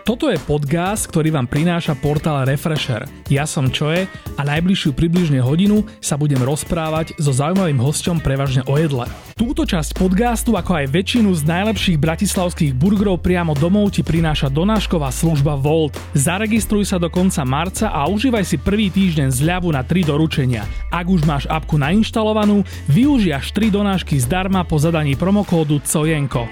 Toto je podcast, ktorý vám prináša portál Refresher. Ja som Čoe a najbližšiu približne hodinu sa budem rozprávať so zaujímavým hosťom prevažne o jedle. Túto časť podcastu, ako aj väčšinu z najlepších bratislavských burgerov priamo domov ti prináša donášková služba Volt. Zaregistruj sa do konca marca a užívaj si prvý týždeň zľavu na 3 doručenia. Ak už máš apku nainštalovanú, využij až 3 donášky zdarma po zadaní promokódu COJENKO.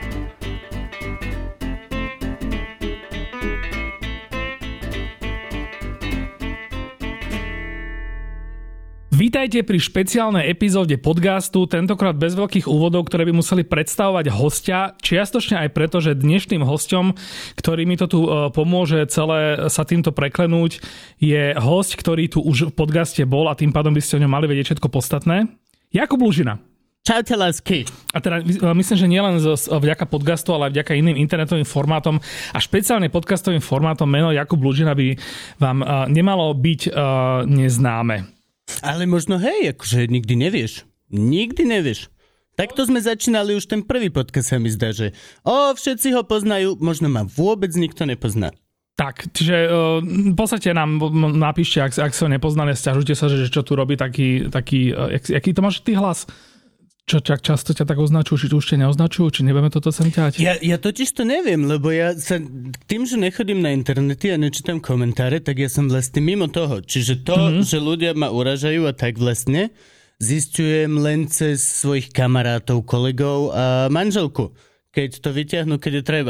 Vítajte pri špeciálnej epizóde podcastu, tentokrát bez veľkých úvodov, ktoré by museli predstavovať hostia, čiastočne aj preto, že dnešným hosťom, ktorý mi to tu pomôže celé sa týmto preklenúť, je hosť, ktorý tu už v podcaste bol a tým pádom by ste o ňom mali vedieť všetko podstatné. Jakub Lužina. Čaute, lásky. A teda myslím, že nielen vďaka podcastu, ale aj vďaka iným internetovým formátom a špeciálne podcastovým formátom meno Jakub Lužina by vám nemalo byť neznáme. Ale možno hej, akože nikdy nevieš. Nikdy nevieš. Takto sme začínali už ten prvý podcast, sa mi zdá, že všetci ho poznajú, možno ma vôbec nikto nepozná. Tak, čiže v podstate nám napíšte, ak sa ho nepoznali, sťažujte sa, že čo tu robí taký aký to máš ty hlas? Čo často ťa tak označujú, či už ťa neoznačujú, či nebudeme toto sem ťať? Ja totiž to neviem, lebo ja sa tým, že nechodím na internety a nečítam komentáre, tak ja som vlastne mimo toho. Čiže to, že ľudia ma uražajú a tak vlastne zisťujem len cez svojich kamarátov, kolegov a manželku, keď to vyťahnú, keď je treba.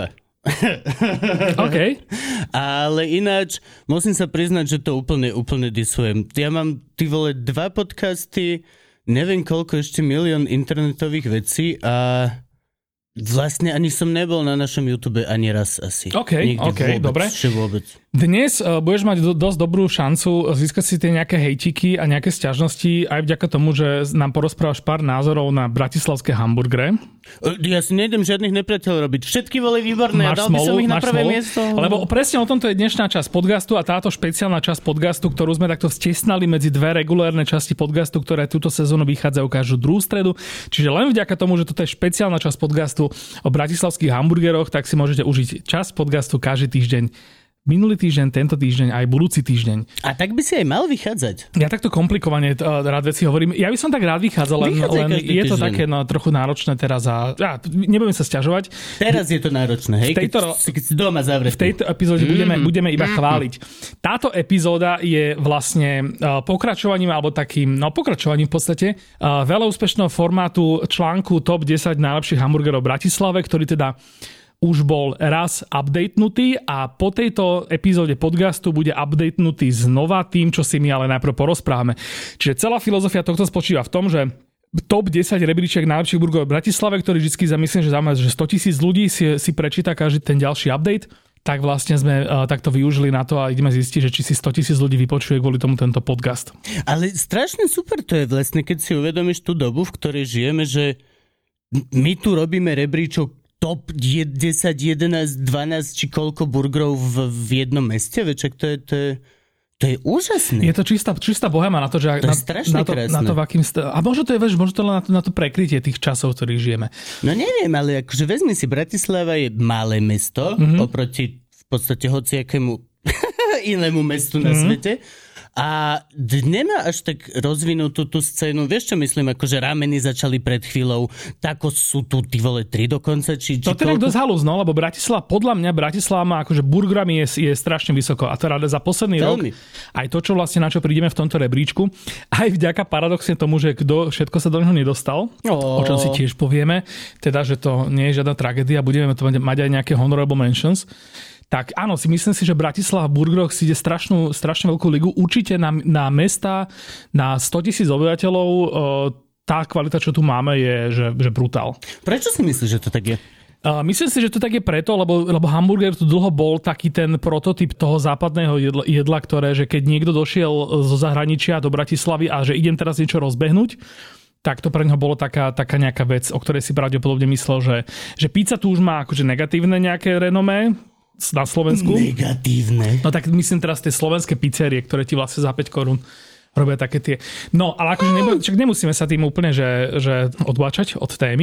OK. Ale ináč musím sa priznať, že to úplne disujem. Ja mám 2 podcasty, neviem koľko, ešte milión internetových vecí a vlastne ani som nebol na našom YouTube ani raz asi. OK, dobre. Vôbec. Dnes budeš mať dosť dobrú šancu získať si tie nejaké hejtiky a nejaké sťažnosti aj vďaka tomu, že nám porozprávaš pár názorov na bratislavské hamburgery. Ja si nejdem žiadnych nepriateľov robiť. Všetky boli výborné a dal by som ich na prvé miesto. Lebo presne o tomto je dnešná časť podcastu a táto špeciálna časť podcastu, ktorú sme takto vtesnali medzi 2 regulérne časti podcastu, ktoré túto sezónu vychádzajú každú druhú stredu. Čiže len vďaka tomu, že toto je špeciálna časť podcastu o bratislavských hamburgeroch, tak si môžete užiť časť podcastu každý týždeň. Minulý týždeň, tento týždeň, aj budúci týždeň. A tak by si aj mal vychádzať. Ja takto komplikovane rád veci hovorím. Ja by som tak rád vychádzal, len je to také trochu náročné teraz a nebudem sa sťažovať. Teraz je to náročné, hej? Keď si doma zavretý. V tejto epizóde budeme iba chváliť. Táto epizóda je vlastne pokračovaním, alebo takým, pokračovaním v podstate veľa úspešného formátu článku Top 10 najlepších hamburgerov v Bratislave, ktorý teda už bol raz updatenutý a po tejto epizóde podcastu bude updatenutý znova tým, čo si my ale najprv porozprávame. Čiže celá filozofia tohto spočíva v tom, že top 10 rebríček najlepších burgerov v Bratislave, ktorý vždy zamyslím, že zaujímavé, že 100,000 ľudí si prečíta každý ten ďalší update, tak vlastne sme takto využili na to a ideme zistiť, že či si 100,000 ľudí vypočuje kvôli tomu tento podcast. Ale strašne super to je vlastne, keď si uvedomíš tú dobu, v ktorej žijeme, že my tu robíme rebríčok top 10, 11, 12 či koľko burgerov v jednom meste, večak to je úžasné. Je to čistá bohema na to, že to je strašne krásne. Na to, v akým a možno to je len na to prekrytie tých časov, v ktorých žijeme. No neviem, ale akože vezmi si, Bratislava je malé mesto oproti v podstate hociakému inému mestu na svete. A nemá až tak rozvinutú tú scénu. Vieš, čo myslím? Akože rameny začali pred chvíľou, tako sú tu 3 dokonca. To teda dosť halúzno, lebo podľa mňa Bratislava má akože burgerami je strašne vysoko. A teda za posledný rok aj to, čo vlastne na čo prídeme v tomto rebríčku, aj vďaka paradoxne tomu, že kto všetko sa do neho nedostal, o čom si tiež povieme, teda, že to nie je žiadna tragédia, budeme to mať aj nejaké honorable mentions. Tak áno, myslím si, že Bratislava v burgeroch si ide strašne veľkú ligu. Určite na mesta, na 100,000 obyvateľov tá kvalita, čo tu máme, je že brutál. Prečo si myslíš, že to tak je? Myslím si, že to tak je preto, lebo hamburger tu dlho bol taký ten prototyp toho západného jedla, ktoré, že keď niekto došiel zo zahraničia do Bratislavy a že idem teraz niečo rozbehnúť, tak to pre neho bolo taká nejaká vec, o ktorej si pravdepodobne myslel, že pizza tu už má akože negatívne nejaké renomé na Slovensku. Negatívne. No tak myslím teraz tie slovenské pizzerie, ktoré ti vlastne za 5 korún robia také tie. No, ale akože nemusíme sa tým úplne že odbáčať od témy.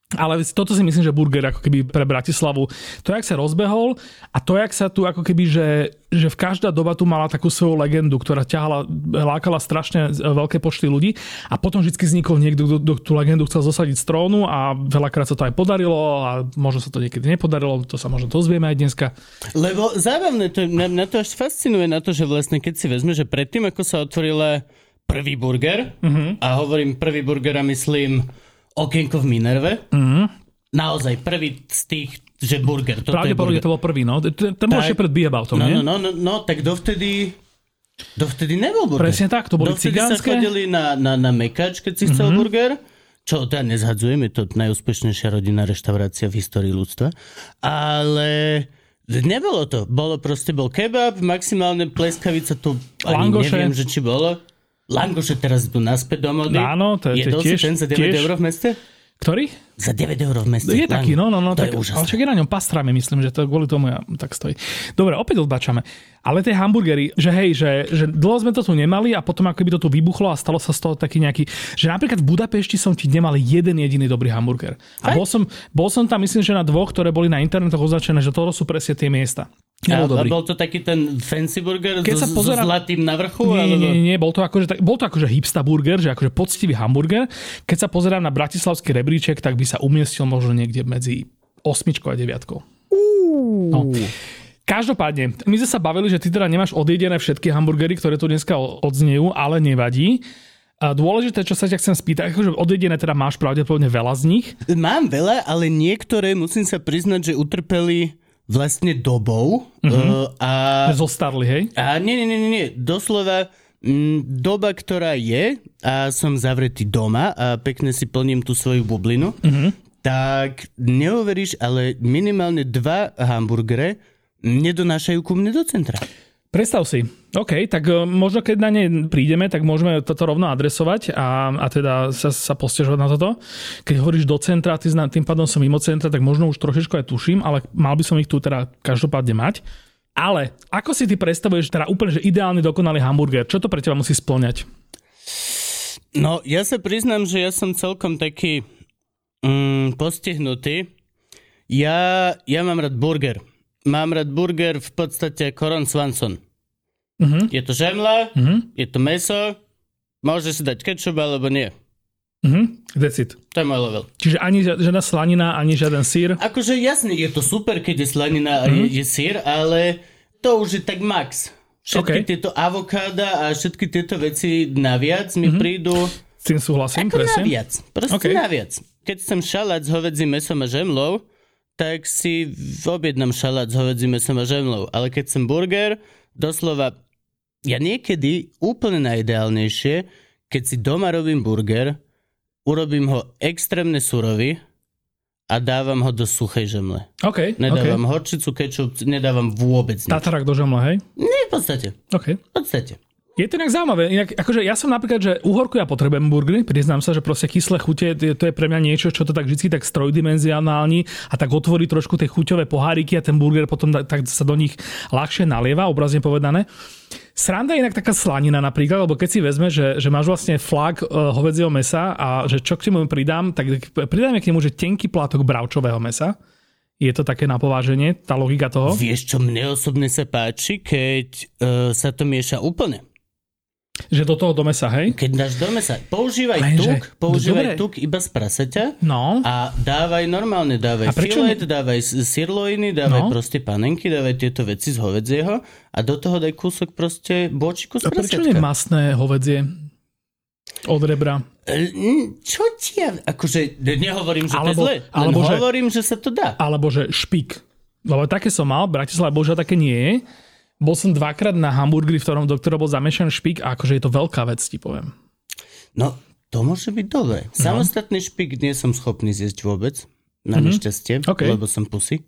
Ale toto si myslím, že burger ako keby pre Bratislavu, to, jak sa rozbehol a to, jak sa tu ako keby, že v každá doba tu mala takú svoju legendu, ktorá lákala strašne veľké počty ľudí a potom vždy vznikol niekto, kto tú legendu chcel zosadiť z trónu a veľakrát sa to aj podarilo a možno sa to niekedy nepodarilo, to sa možno dozvieme aj dneska. Lebo zábavné, mňa to až fascinuje na to, že vlastne keď si vezme, že predtým, ako sa otvorila prvý burger, a hovorím prvý burger a myslím okienko v Minerve. Naozaj prvý z tých, že burger. Pravdepodobne to bol prvý, no. Ten bol ešte pred Beaboutom, nie? No, tak dovtedy nebol burger. Presne tak, to boli cigánske. Dovtedy sa chodili na Mekač, keď si chcel burger. Čo teda nezhadzujem, je to najúspešnejšia rodinná reštaurácia v histórii ľudstva. Ale nebolo to. Bol kebab, maximálne pleskavica tu. Langoše. Neviem, že či bolo. Langoše teraz tu naspäť do mody. Áno, to je tiež. Ten za 9 eur v meste? Ktorý? Za 9 eur v meste. Je taký, no. To tak, je úžasné. ale však je na ňom pastrami, myslím, že to kvôli tomu tak stojí. Dobre, opäť odbačame. Ale tie hamburgery, že hej, že dlho sme to tu nemali a potom ako by to tu vybuchlo a stalo sa z toho taký nejaký, že napríklad v Budapešti som ti nemal jeden jediný dobrý hamburger. A bol som tam, myslím, že na 2, ktoré boli na internetoch označené, že toto sú presne tie miesta. A bol to taký ten fancy burger so zlatým na vrchu? Nie, bol to akože hipsta burger, že akože poctivý hamburger. Keď sa pozerám na bratislavský rebríček, tak by sa umiestnil možno niekde medzi 8 a 9. No. Každopádne, my sme sa bavili, že ty teda nemáš odjedené všetky hamburgery, ktoré tu dneska odznejú, ale nevadí. A dôležité, čo sa ťa chcem spýtať, akože odjedené teda máš pravdepodobne veľa z nich? Mám veľa, ale niektoré, musím sa priznať, že utrpeli vlastne dobou. Zostarli, hej? A nie. Doslova doba, ktorá je a som zavretý doma a pekne si plním tú svoju bublinu, tak neuveríš, ale minimálne 2 hamburgere nedonášajú ku mne do centra. Predstav si. OK, tak možno keď na ne prídeme, tak môžeme toto rovno adresovať a teda sa postežovať na toto. Keď hovoríš do centra, tým pádom som mimo centra, tak možno už trošičku aj tuším, ale mal by som ich tu teda každopádne mať. Ale ako si ty predstavuješ teda úplne, že ideálny dokonalý hamburger? Čo to pre teba musí spĺňať? No, ja sa priznám, že ja som celkom taký postihnutý. Ja mám rád burger. Mám rád burger v podstate ako Ron Swanson. Je to žemla, je to mäso, môže si dať ketchup alebo nie. That's it. To je môj level. Čiže ani žiadna slanina, ani žiaden sír? Akože jasne, je to super, keď je slanina a je sír, ale to už je tak max. Všetky tieto avokáda a všetky tieto veci naviac mi prídu... S tým súhlasím, ako presne. Naviac. Proste naviac. Keď som šalát s hovädzím mäsom a žemlou, tak si objednám šalát s hovädzím mäsom a žemlou. Ale keď som burger, doslova, ja niekedy úplne najideálnejšie, keď si doma robím burger, urobím ho extrémne surový a dávam ho do suchej žemle. Nedávam horčicu, kečup, nedávam vôbec nič. Tatarak do žemle, hej? Nie, v podstate. V podstate. Je to inak zaujímavé. Inak, akože ja som napríklad, že uhorku ja potrebujem burgery, priznám sa, že proste kyslé chute, to je pre mňa niečo, čo to tak vždy tak trojdimenzionálni a tak otvorí trošku tie chuťové poháriky a ten burger potom tak sa do nich ľahšie nalieva, obrazne povedané. Sranda je inak taká slanina napríklad, lebo keď si vezme, že máš vlastne flak hovädzieho mäsa a že čo k tomu pridám, tak pridáme k nemu, že tenký plátok bravčového mäsa. Je to také na pováženie, tá logika toho? Vieš, čo mne osobne sa páči, keď sa to mieša úplne. Že do toho do mesa, hej? Keď dáš do mesa, používaj tuk iba z praseťa a dávaj normálne, dávaj filet, dávaj sirloiny, dávaj proste panenky, dávaj tieto veci z hovädzieho a do toho daj kúsok proste bočiku z praseťka. A prečo nie masné hovädzie od rebra? Čo ti ja... Akože nehovorím, že to je zle, len hovorím, že sa to dá. Alebo že špik. Lebo také som mal, Bratislava bohužiaľ také nie je. Bol som 2-krát na hamburgeri, do ktorého bol zamiešaný špik a akože je to veľká vec, ti poviem. No, to môže byť dobre. Samostatný špik nie som schopný zjesť vôbec, na nešťastie, lebo som pusy.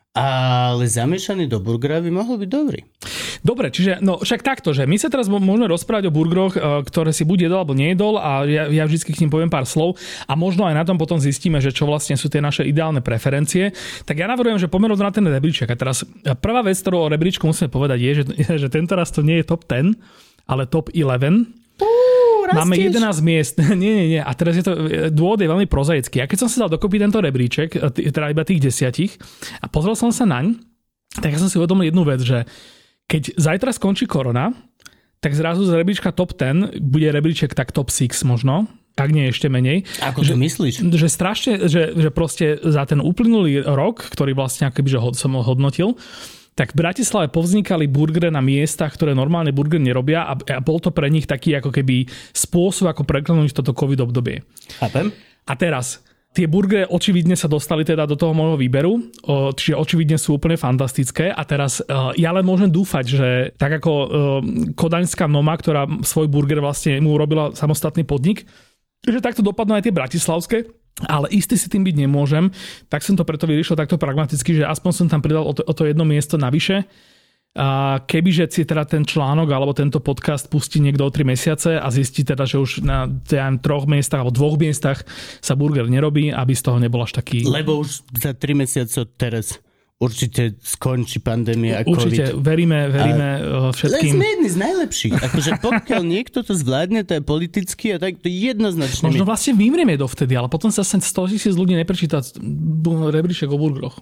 Ale zamiešaný do burgera by mohol byť dobrý. Dobre, čiže no však takto, že my sa teraz môžeme rozprávať o burgeroch, ktoré si buď jedol alebo nejedol a ja vždy k ním poviem pár slov a možno aj na tom potom zistíme, že čo vlastne sú tie naše ideálne preferencie. Tak ja navrhujem, že poďme na ten rebríček. A teraz prvá vec, ktorú o rebríčku musíme povedať je, že tento raz to nie je top 10, ale top 11. Máme 11 miest. Nie. A teraz je to, dôvod je veľmi prozaický. A keď som si dal dokopy tento rebríček, teda iba tých 10, a pozrel som sa naň, tak ja som si uvedomil jednu vec, že keď zajtra skončí korona, tak zrazu z rebríčka top 10 bude rebríček tak top 6 možno, ak nie ešte menej. Ako to myslíš? Že strašne, že proste za ten uplynulý rok, ktorý vlastne akoby, že som hodnotil, tak v Bratislave povznikali burgery na miestach, ktoré normálne burger nerobia a bol to pre nich taký ako keby spôsob, ako preklenúť toto COVID obdobie. Chápem. A teraz, tie burgery očividne sa dostali teda do toho môjho výberu, čiže očividne sú úplne fantastické a teraz ja len môžem dúfať, že tak ako kodaňská Noma, ktorá svoj burger vlastne mu urobila samostatný podnik, že takto dopadnú aj tie bratislavské, ale istý si tým byť nemôžem, tak som to preto vyriešil takto pragmaticky, že aspoň som tam pridal o to jedno miesto navyše. A kebyže si teda ten článok alebo tento podcast pustí niekto o 3 mesiace a zistí teda, že už na 3 miestach alebo 2 miestach sa burger nerobí, aby z toho nebol až taký... Lebo už za 3 mesiace teraz určite skončí pandémia a COVID. Určite, veríme všetkým. Ale sme jedni z najlepších. Akože pokiaľ niekto to zvládne, to je politicky a tak to jednoznačne. Možno vlastne vymrieme dovtedy, ale potom sa 100 000 ľudí neprečíta rebríček o burgeroch.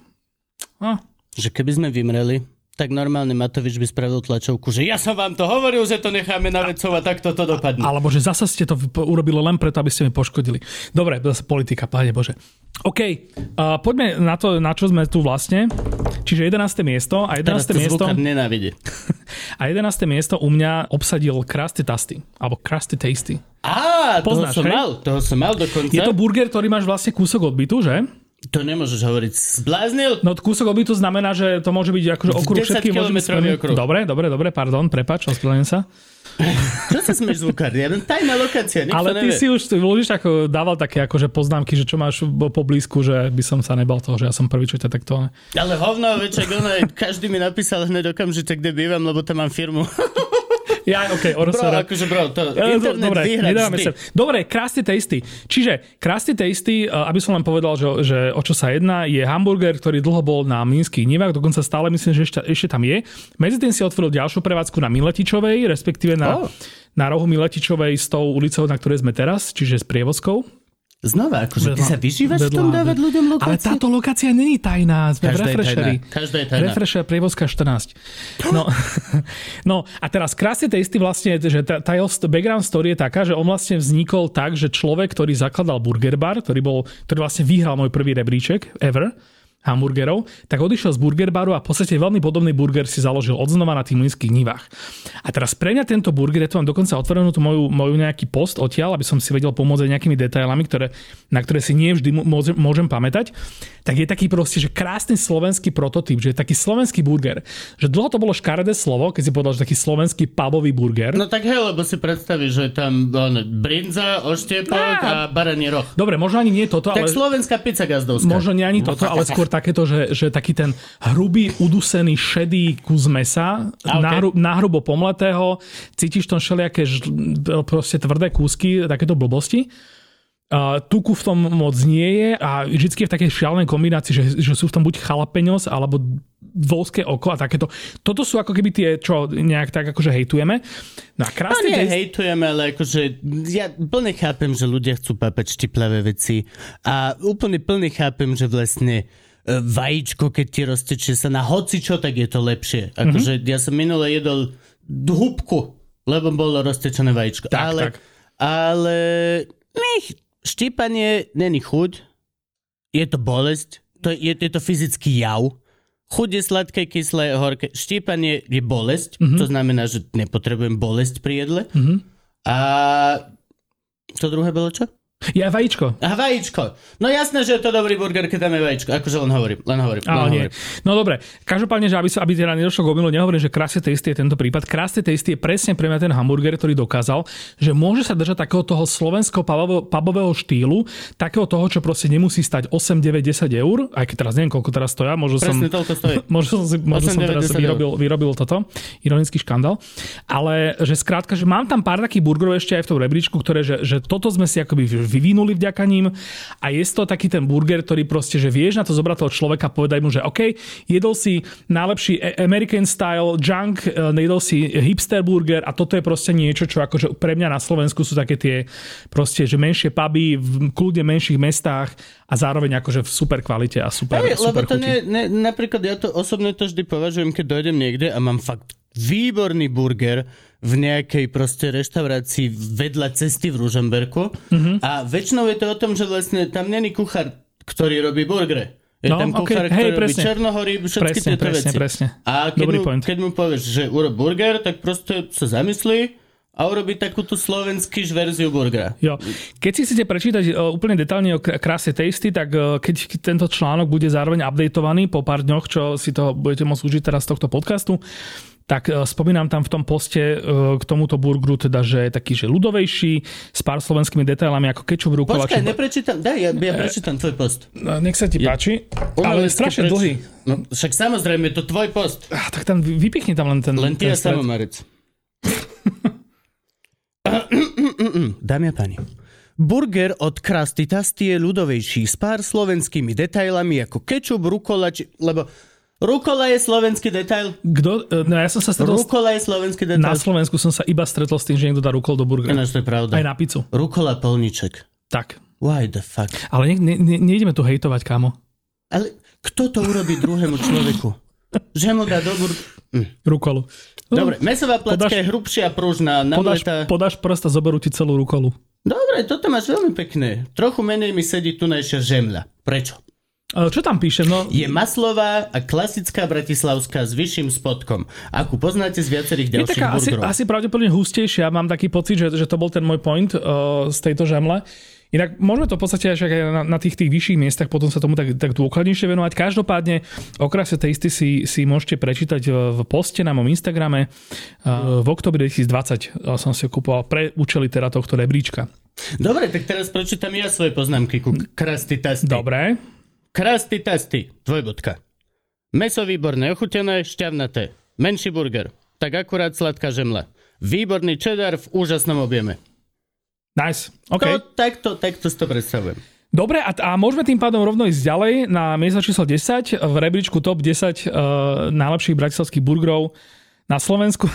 Že keby sme vymreli, tak normálne Matovič by spravil tlačovku, že ja som vám to hovoril, že to necháme na vedcov a tak toto dopadne. Alebo že zasa ste to urobili len preto, aby ste mi poškodili. Dobre, zase politika, páne Bože. OK, poďme na to, na čo sme tu vlastne. Čiže 11. miesto. A 11. miesto... nenávidí. A 11. miesto u mňa obsadil Krusty Tasty. Alebo Krusty Tasty. Poznáš, toho som mal dokonca. Je to burger, ktorý máš vlastne kúsok odbytu, že? To nemôžeš hovoriť. Zbláznil? No kúsok odbytu znamená, že to môže byť akože okruh všetkým. 10 kilometrový okruh. Dobre, pardon, prepáč, ospravedlňujem sa. Čo sa smeš zvukár? Ja len tajná lokácia, nikto ale nevie. Ty si už ako dával také akože poznámky, že čo máš po blízku, že by som sa nebal toho, že ja som prvý, čo ťa takto... Ale hovno, večak, každý mi napísal hneď okamžite, kde bývam, lebo tam mám firmu. Ja, okej, to internet vyhrať vždy. Dobre, Krusty Tasty. Čiže Krusty Tasty, aby som len povedal, že o čo sa jedná, je hamburger, ktorý dlho bol na Mlynských nivách, dokonca stále myslím, že ešte tam je. Medzi tým si otvoril ďalšiu prevádzku na Miletičovej, respektíve na rohu Miletičovej s tou ulicou, na ktorej sme teraz, čiže s prievozkou. Znova, akože ty sa vyžívaš v tom dávať ľuďom lokácie? Ale táto lokácia není tajná, sme v Refresheri. Každá je tajná. Refresher, Prievozka 14. No a teraz Krusty Tasty vlastne, že tá background story je taká, že on vlastne vznikol tak, že človek, ktorý zakladal Burger Bar, ktorý vlastne vyhral môj prvý rebríček ever, hamburgerov, tak odišiel z Burger Baru a v podstate veľmi podobný burger si založil odznova na tých Mlynských nivách. A teraz pre mňa tento burger, ja tu mám dokonca otvorenú tú moju nejaký post odtiaľ, aby som si vedel pomôcť aj nejakými detailami, na ktoré si nie vždy môžem pamätať, tak je taký proste, že krásny slovenský prototyp, že je taký slovenský burger. Že dlho to bolo škaredé slovo, keď si povedal, že taký slovenský pubový burger. No tak hej, lebo si predstavíš, že tam brinza, oštiepok a baraní roh. Dobre, možno ani nie toto, ale... Tak slovenská pizza gazdovská. Možno nie ani toto, ale skôr takéto, že taký ten hrubý, udusený, šedý kus mesa, nahrubo pomletého, cítiš tam všelijaké proste tvrdé kúsky, takéto blbosti. Tuku v tom moc nie je a vždycky je v takej šialenej kombinácii, že sú v tom buď jalapeňos alebo voľské oko a takéto. Toto sú ako keby tie, čo nejak tak akože hejtujeme. No a krásne... hejtujeme, ale akože ja plne chápem, že ľudia chcú pápať štiplavé veci a úplne plne chápem, že vlastne vajíčko, keď ti roztečie sa na hocičo, tak je to lepšie. Akože ja som minule jedol húbku, lebo bolo roztečené vajíčko. Ale štípanie není chuť, je to bolesť, je to fyzický jav. Chuť je sladké, kyslé, horké. Štípanie je bolesť, to znamená, že nepotrebujem bolesť pri jedle. A to druhé bolo čo? Je vajíčko. A vajíčko. No jasné, že je to dobrý burger, keď tam je vajíčko. Akože len hovorím. No dobre. Každopádne, že aby teda nedošlo k omilu, nehovorím, že Krusty Tasty je tento prípad. Krusty Tasty je presne pre mňa ten hamburger, ktorý dokázal, že môže sa držať takého toho slovenského pubového štýlu, takého toho, čo proste nemusí stať 8, 9, 10 eur, aj keď teraz neviem, koľko teraz stoja. Presne toľko stojí. Možno som teraz vyrobil toto. Ironický škandál. Ale že skrátka, že mám tam pár takých burgerov ešte aj v tom rebríčku, ktoré, že toto sme si akoby vyvinuli vďaka ním a je to taký ten burger, ktorý proste, že vieš na to zobrať toho človeka, povedať mu, že OK, jedol si najlepší American style junk, jedol si hipster burger a toto je proste niečo, čo akože pre mňa na Slovensku sú také tie proste, že menšie puby v kľudne menších mestách a zároveň akože v super kvalite a super chuti. Lebo to napríklad ja to osobne to vždy považujem, keď dojdem niekde a mám fakt výborný burger v nejakej proste reštaurácii vedľa cesty v Ružomberku a väčšinou je to o tom, že vlastne tam není kuchár, ktorý robí burgery. Je tam kuchár, ktorý robí černohory, všetky tieto veci. Presne. A keď mu povieš, že urob burger, tak proste sa zamyslí a urobí takúto slovenský verziu burgera. Jo. Keď si chcete prečítať úplne detailne o kráse Tasty, tak keď tento článok bude zároveň updateovaný po pár dňoch, čo si to budete môcť užiť teraz z tohto podcastu, tak spomínam tam v tom poste k tomuto burgeru, teda, že je taký, že ľudovejší, s pár slovenskými detailami ako kečup, rukola. Počkaj, neprečítam, ja prečítam tvoj post. Nech sa ti páči, ale je strašne dlhý. No, však samozrejme, je to tvoj post. Tak tam vypichni tam len ten... Len ty a samomarec. Dámy a páni, burger od Krusty Tasty je ľudovejší s pár slovenskými detailami ako kečup, rukola, lebo rukola je slovenský detail. Ja som sa stretol... Rukola je slovenský detail. Na Slovensku som sa iba stretol s tým, že niekto dá rukol do burgera. To je pravda. Aj na pizzu. Rukola polniček. Tak. Why the fuck? Ale nejdeme tu hejtovať, kámo. Ale kto to urobí druhému človeku? Že mu dá do rukolu. Dobre, mesová placka je hrubšia, pružná. Podáš prst a zoberú ti celú rukolu. Dobre, toto máš veľmi pekné. Trochu menej mi sedí tunajšia žemľa. Prečo? Čo tam píše? No... Je maslová a klasická bratislavská s vyšším spodkom. Akú poznáte z viacerých ďalších burgerov. Asi pravdepodobne hustejšia. Mám taký pocit, že to bol ten môj point z tejto žemle. Inak môžeme to v podstate aj na tých vyšších miestach potom sa tomu tak dôkladnejšie venovať. Každopádne o kráse Tasty si môžete prečítať v poste na mojom Instagrame. V októbri 2020 som si ho kúpoval pre účely teda tohto rebríčka. Dobre, tak teraz prečítam ja svoje poznámky ku Krusty Tasty. Dobre. Krusty Tasty, dvojbodka. Meso výborné, ochutené, šťavnaté. Menší burger, tak akurát sladká žemla. Výborný cheddar v úžasnom objeme. Nice, OK. Takto si to predstavujem. Dobre, a môžeme tým pádom rovno ísť ďalej na miesto číslo 10 v rebríčku top 10 najlepších bratislavských burgerov na Slovensku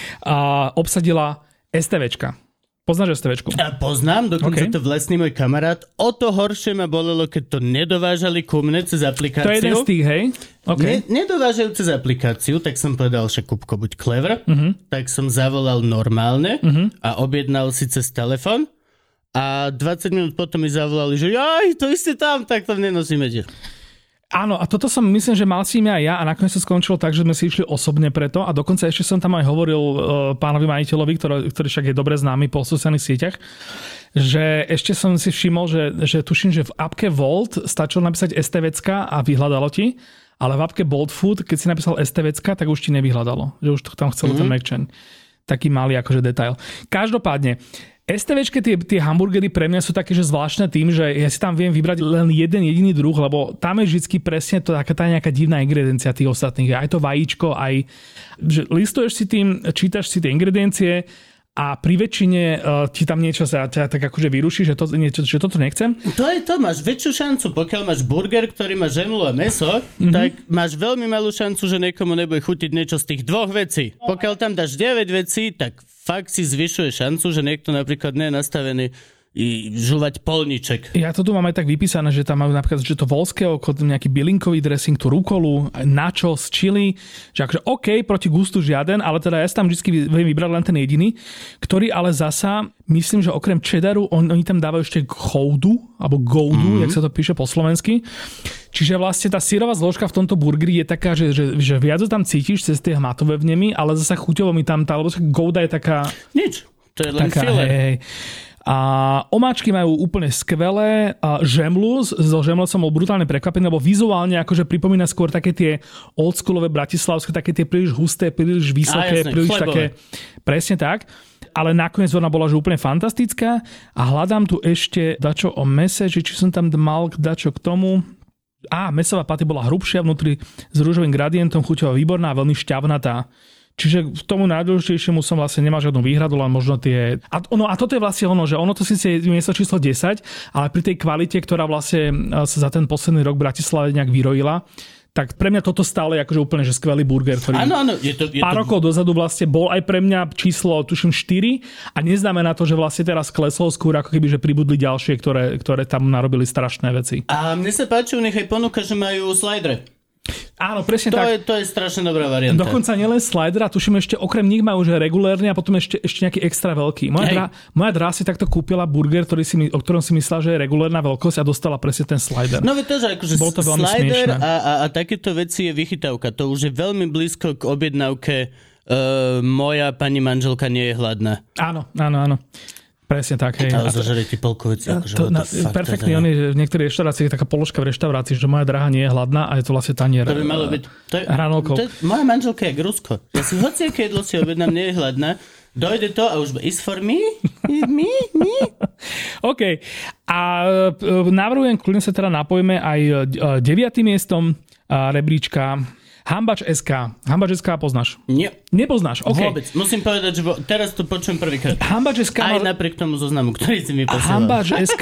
obsadila STVčka. Poznáš STVčku? Ja poznám, dokonca to vlastný môj kamarát. O to horšie ma bolelo, keď to nedovážali ku mne cez aplikáciu. To je jeden z tých, hej? Okay. Nedovážajú cez aplikáciu, tak som povedal, že Kupko, buď clever. Tak som zavolal normálne a objednal si cez telefon a 20 minút potom mi zavolali, že jaj, to ste tam, tak tam nenosíme dier. Áno, a toto som myslím, že mal si aj ja a nakoniec to skončilo tak, že sme si išli osobne preto a dokonca ešte som tam aj hovoril pánovi majiteľovi, ktorý však je dobre známy po sociálnych sieťach, že ešte som si všimol, že tuším, že v appke Volt stačilo napísať STVčka a vyhľadalo ti, ale v appke Bolt Food, keď si napísal STVčka, tak už ti nevyhľadalo, že už to tam chcelo ten McChain. Taký malý akože detail. Každopádne, STVčke, tie hamburgery pre mňa sú také, že zvláštne tým, že ja si tam viem vybrať len jeden jediný druh, lebo tam je vždycky presne to taká tá nejaká divná ingrediencia tých ostatných. Aj to vajíčko, aj že listuješ si tým, čítaš si tie ingrediencie a pri väčšine ti tam niečo sa tak akože vyruší, že toto nechcem. To máš väčšiu šancu, pokiaľ máš burger, ktorý má žemlu a mäso, tak máš veľmi malú šancu, že niekomu nebude chutiť niečo z tých dvoch vecí. Pokiaľ tam dáš 9 vecí, tak fakt si zvyšuje šancu, že niekto napríklad nie je nastavený žúvať polniček. Ja to tu mám aj tak vypísané, že tam majú napríklad, že to voľské oko, nejaký bylinkový dressing, tú rukolu, nachos, chili, že akože OK, proti gustu žiaden, ale teda ja si tam vždy viem vybrať len ten jediný, ktorý ale zasa, myslím, že okrem cheddaru, oni tam dávajú ešte goudu, alebo goudu, jak sa to píše po slovensky. Čiže vlastne tá syrová zložka v tomto burgeri je taká, že viac tam cítiš cez tie hmatové vnemy, ale zasa chuťovo mi tam tá, lebo gouda je taká... Nič, to je len filler. Hej. A omáčky majú úplne skvelé. Žemlu, so žemlou som bol brutálne prekvapený, lebo vizuálne akože pripomína skôr také tie oldschoolové bratislavské, také tie príliš husté, príliš vysoké, príliš chlebové. Také. Presne tak. Ale nakoniec ona bola že úplne fantastická. A hľadám tu ešte dačo o mese, či som tam mal dačo k tomu. Mesová paty bola hrubšia, vnútri s rúžovým gradientom, chuťová výborná, veľmi šťavnatá. Čiže k tomu najdôležitejšiemu som vlastne nemal žiadnu výhradu, len možno tie... A toto je vlastne ono, že ono to síce je miesto číslo 10, ale pri tej kvalite, ktorá vlastne sa za ten posledný rok v Bratislave nejak vyrojila, tak pre mňa toto stále je akože úplne že skvelý burger, ktorý pár rokov dozadu vlastne bol aj pre mňa číslo, tuším 4 a neznamená to, že vlastne teraz klesol, skôr ako keby, že pribudli ďalšie, ktoré tam narobili strašné veci. A mne sa páči u nich aj ponuka, že majú slajdre. Áno, presne tak. To je strašne dobrá varianta. Dokonca nielen slider, a tuším ešte okrem nich majú že regulérne a potom ešte nejaký extra veľký. Moja drá si takto kúpila burger, o ktorom si myslela, že je regulérna veľkosť a dostala presne ten slider. No to, že akože slider a takéto veci je vychytávka. To už je veľmi blízko k objednávke moja pani manželka nie je hladná. Áno. Presne tak. Hej. Ale zažere ti polku veci. Perfektný, on je v niektorých reštauráciách taká položka v reštaurácii, že moja drahá nie je hladná a je to vlastne tanier. To by malo byť hranolkou. Moja manželka je Rusko. Ja si hociaké jedlo si objednám, nie je hladná. Dojde to a už is for me? Me? OK. A navrhujem, kľudne sa teda napojíme aj 9. miestom rebríčka Hambač.sk. Hambač.sk poznáš? Nie. Nepoznáš? OK. Vôbec. Musím povedať, že teraz to počujem prvýkrát. Hambač.sk aj napriek tomu zoznamu, ktorý si mi posielal. Hambač.sk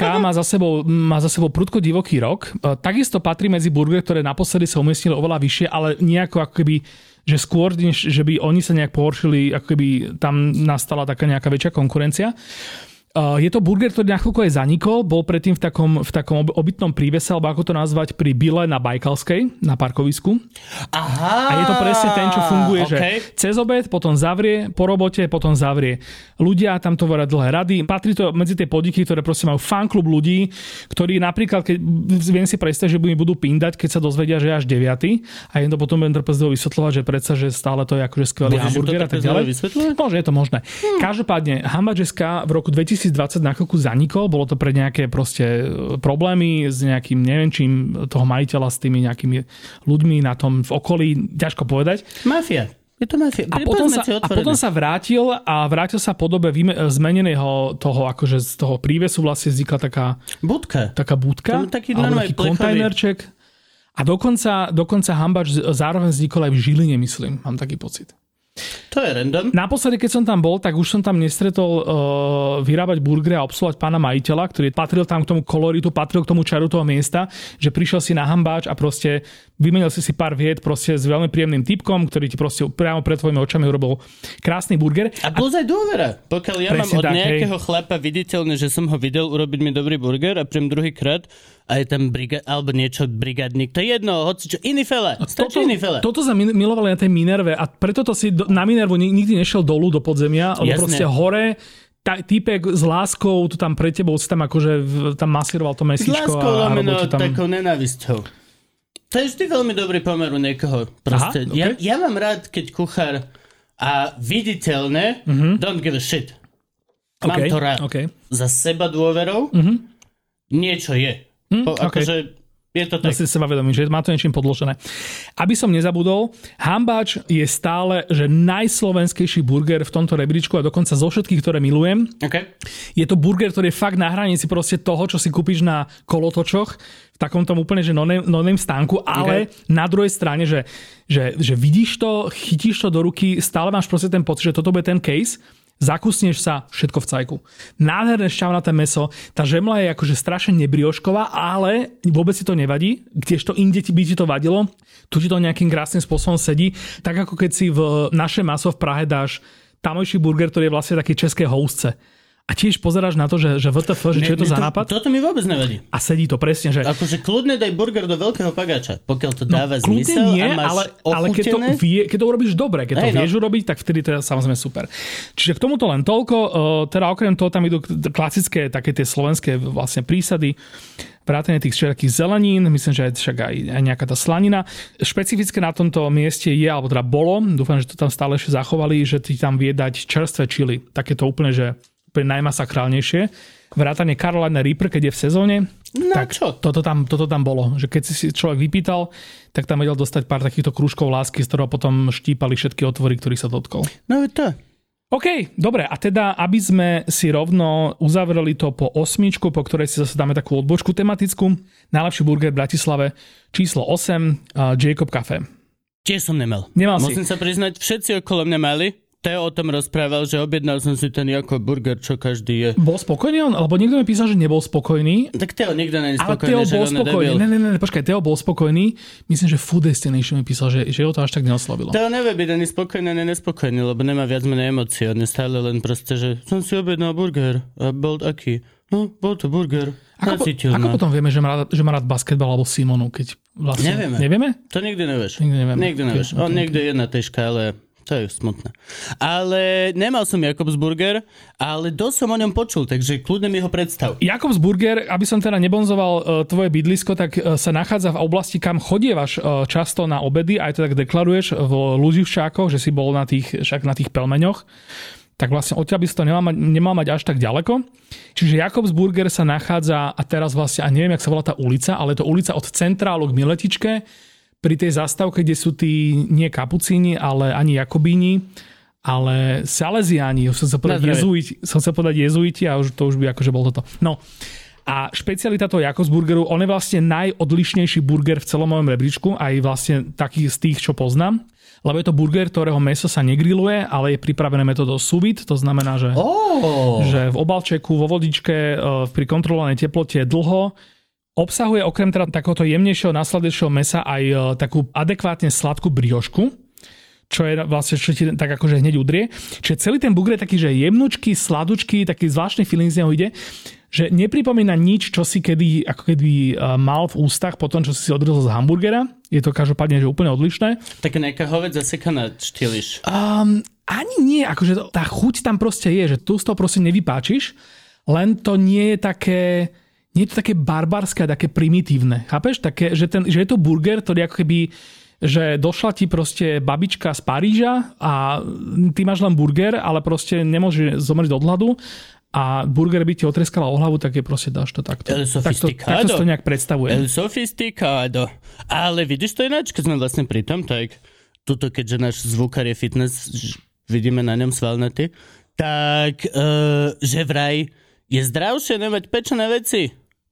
má za sebou prudko divoký rok. Takisto patrí medzi burgery, ktoré naposledy sa umiestnili oveľa vyššie, ale nejako ako keby že skôr, než že by oni sa nejak pohoršili, ako keby tam nastala taká nejaká väčšia konkurencia. Je to burger, ktorý na chvíľku aj zanikol, bol predtým v takom obytnom prívese, alebo ako to nazvať, pri Bile na Bajkalskej, na parkovisku. Aha! A je to presne ten, čo funguje, že cez obed, potom zavrie, po robote, potom zavrie. Ľudia tam to vedia dlhé rady. Patrí to medzi tie podniky, ktoré proste majú fanklub ľudí, ktorí napríklad, keď viem si predstaviť, že mi budú pindať, keď sa dozvedia, že je až 9. A im to potom budem trpezlivo vysvetľovať, že predsa, že stále to je akože skvelý hamburger a tak ďalej. Môže, je to možné. Každopádne, Hambač.sk v roku 2020 na chvíľku zanikol, bolo to pre nejaké proste problémy s nejakým, neviem čím, toho majiteľa s tými nejakými ľuďmi na tom v okolí, ťažko povedať. Mafia. Je to mafia. A potom sa vrátil sa po dobe zmeneného toho, akože z toho prívesu vlastne vznikla taká budka. Taký kontajnerček. A dokonca Hambač zároveň vznikol aj v Žiline, myslím. Mám taký pocit. To je random. Naposledy, keď som tam bol, tak už som tam nestretol vyrábať burgery a obsluhovať pána majiteľa, ktorý patril tam k tomu koloritu, patril k tomu čaru toho miesta, že prišiel si na Hambač a proste vymenil si pár vied proste s veľmi príjemným typkom, ktorý ti proste priamo pred tvojimi očami urobil krásny burger. A plus aj dôvera. Pokiaľ ja mám od nejakého chlapa viditeľné, že som ho videl urobiť mi dobrý burger a príjem druhýkrát a je tam alebo niečo brigádnik. To je jedno, hoci čo, iný fela. Stačí iný fela. Toto sa milovali na tej Minerve a preto to si na Minervu nikdy nešiel dolu do podzemia, lebo proste hore týpek s láskou tu tam pre tebou si tam akože tam masíroval to mesíčko. S láskou lomeno takou nenávisťou. To je vždy veľmi dobrý pomer u niekoho. Proste. Aha, okay. Ja mám rád, keď kuchár a viditeľne don't give a shit. Mám to rád. Okay. Za seba dôverou niečo je. Akože je to tak. Ja si seba vedomím, že má to niečím podložené. Aby som nezabudol, Hambač je stále že najslovenskejší burger v tomto rebríčku a dokonca zo všetkých, ktoré milujem. Okay. Je to burger, ktorý je fakt na hranici proste toho, čo si kúpiš na kolotočoch v takom tom úplne že no-name stánku, ale na druhej strane, že vidíš to, chytíš to do ruky, stále máš proste ten pocit, že toto bude ten case. Zakusneš sa, všetko v cajku. Nádherné šťavnaté mäso, tá žemla je akože strašne nebriošková, ale vôbec si to nevadí, kdežto inde by ti to vadilo, tu ti to nejakým krásnym spôsobom sedí, tak ako keď si v Naše maso v Prahe dáš tamojší burger, ktorý je vlastne taký české housce. A tiež pozeráš na to, že VTF, že čo je to za nápad? Toto mi vôbec nevadí. A sedí to presne, že... Akože kľudne daj burger do veľkého pagáča, pokiaľ to dáva zmysel nie, a máš ale keď to urobíš dobre, keď to vieš urobiť, tak vtedy to je samozrejme super. Čiže k tomuto len toľko. Teda okrem toho tam idú klasické také tie slovenské vlastne prísady, vrátane tých všetkých zelenín, myslím, že však aj nejaká tá slanina. Špecifické na tomto mieste je, alebo teda bolo, dúfam, že to tam stále ešte zachovali, že ti tam vie dať čerstvé čili. Takéto úplne, že najmasakrálnejšie. Vrátane Carolina Reaper, keď je v sezóne. No tak čo? Toto tam bolo. Že keď si človek vypýtal, tak tam vedel dostať pár takýchto krúžkov lásky, z ktorého potom štípali všetky otvory, ktorých sa dotkol. No je to. OK, dobre. A teda, aby sme si rovno uzavreli to po 8, po ktorej si zase dáme takú odbočku tematickú. Najlepší burger v Bratislave číslo 8, Jacob Café. Tiež som nemal. Musím sa priznať, všetci okolo mňa mali. Teo o tom rozprával, že objednal som si ten Jakob burger, čo každý je. Bol spokojný on? Lebo niekto mi písal, že nebol spokojný. Tak Teo nikto není spokojný. Ale Teo bol spokojný. Ne, počkaj, Teo bol spokojný. Myslím, že Food Destination mi písal, že ho to až tak neoslovilo. Teo nevie byť ani spokojný, ani nespokojný, lebo nemá viac menej emócie. On je stále len proste, že som si objednal burger a bol aký. No, bol to burger. Ako potom vieme, že má rád basketbal alebo Simonu, keď vlastne... Nevieme? To nikdy nevieš. Nikdy nevieš. On niekde je na tej škále. To je smutné. Ale nemal som Jakobs burger, ale dosť som o ňom počul, takže kľudne mi ho predstav. Jakobs burger, aby som teda nebonzoval tvoje bydlisko, tak sa nachádza v oblasti, kam chodievaš často na obedy, aj to tak deklaruješ v Luživčákoch, že si bol na tých pelmeňoch. Tak vlastne odtiaľ by si to nemal mať až tak ďaleko. Čiže Jakobs burger sa nachádza, a teraz vlastne, a neviem, jak sa volá tá ulica, ale je to ulica od Centrálu k Miletičke, pri tej zastávke, kde sú tí nie kapucíni, ale ani Jakobíni, ale Salesiáni, chcem sa povedať jezuiti a to už by akože bol toto. No a špecialita toho Jakobs burgeru, on je vlastne najodlišnejší burger v celom mojom rebríčku, aj vlastne taký z tých, čo poznám. Lebo je to burger, ktorého mäso sa negrilluje, ale je pripravené metodou sous vide, to znamená, že v obalčeku, vo vodičke, pri kontrolovanej teplote dlho. Obsahuje okrem teda takéhoto jemnejšieho, následnejšieho mäsa aj takú adekvátne sladkú briošku, čo je vlastne, čo ti tak akože hneď udrie. Čiže celý ten burger je taký, že jemnučký, sladučký, taký zvláštny feeling z neho ide, že nepripomína nič, čo si ako kedy mal v ústach po tom, čo si odrezol z hamburgera. Je to každopádne že úplne odlišné. Tak nejaká hoved zasekaná štýliš. Ani nie, akože tá chuť tam proste je, že tu z toho proste nevypáčiš, len to nie je také... Nie je to také barbarské a také primitívne. Chápeš? Také, že je to burger, ktorý ako keby, že došla ti proste babička z Paríža a ty máš len burger, ale proste nemôžeš zomrieť od hladu a burger by ti otreskala o hlavu, tak je proste dáš to takto. Takto to nejak predstavuje. El sofisticado. Ale vidíš to ináč, keď sme vlastne pri tom, tak tuto, keďže náš zvukár je fitness, vidíme na ňom svalnaty, tak že vraj je zdravšie nemať pečené veci.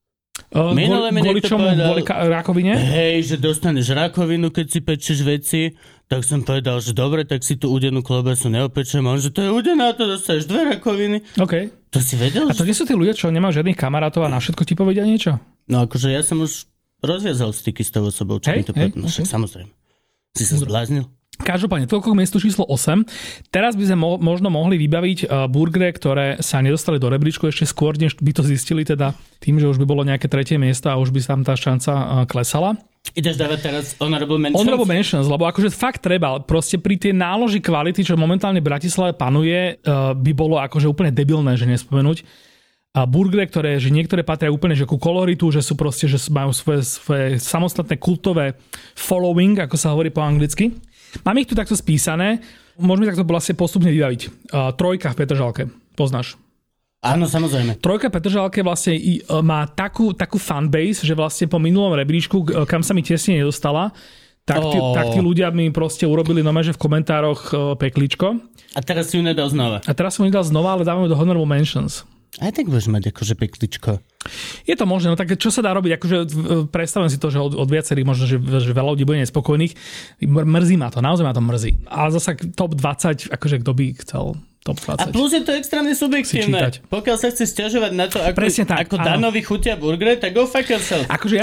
Kvôli čomu? Kvôli rakovine? Hej, že dostaneš rakovinu, keď si pečeš veci, tak som povedal, že dobre, tak si tú udenú klobasu neopečem. On, že to je udená, to dostaneš 2 rakoviny. OK. To si vedel? A to nie sú tí ľudia, čo nemajú žiadnych kamarátov a na všetko ti povedia niečo? No akože ja som už rozviazal styky s tou osobou, čo mi to povedal. No však samozrejme. Si sa zbláznil? Každopádne, toľko k miestu číslo 8. Teraz by sme možno mohli vybaviť burgery, ktoré sa nedostali do rebríčku ešte skôr, než by to zistili teda tým, že už by bolo nejaké 3. miesto a už by sa tam tá šanca klesala. Ideš dávať teraz honorable mentions? Honorable mentions, lebo akože fakt treba. Proste pri tej náloži kvality, čo momentálne v Bratislave panuje, by bolo akože úplne debilné, že nespomenúť. A burgery, ktoré, že niektoré patria úplne že ku koloritu, že sú proste, že majú svoje samostatné kultové following, ako sa hovorí po anglicky. Mám ich tu takto spísané. Môžeme takto vlastne postupne vybaviť. Trojka v Petržalke. Poznáš? Áno, samozrejme. Trojka v Petržalke vlastne má takú fanbase, že vlastne po minulom rebríčku, kam sa mi tesne nedostala, tak tí ľudia mi proste urobili že v komentároch pekličko. A teraz si ju nedal znova. Ale dávame do honorable mentions. Aj tak budeš mať akože pekličko. Je to možné, no tak čo sa dá robiť? Akože predstavujem si to, že od viacerých možno, že veľa ľudí bude nespokojných. Mrzí ma to, naozaj ma to mrzí. Ale zasa top 20, akože kto by chcel top 20. A plus je to extrémne subjektívne. Pokiaľ sa chce sťažovať na to, ako Danovi chutia burgery, tak go fuck yourself. Akože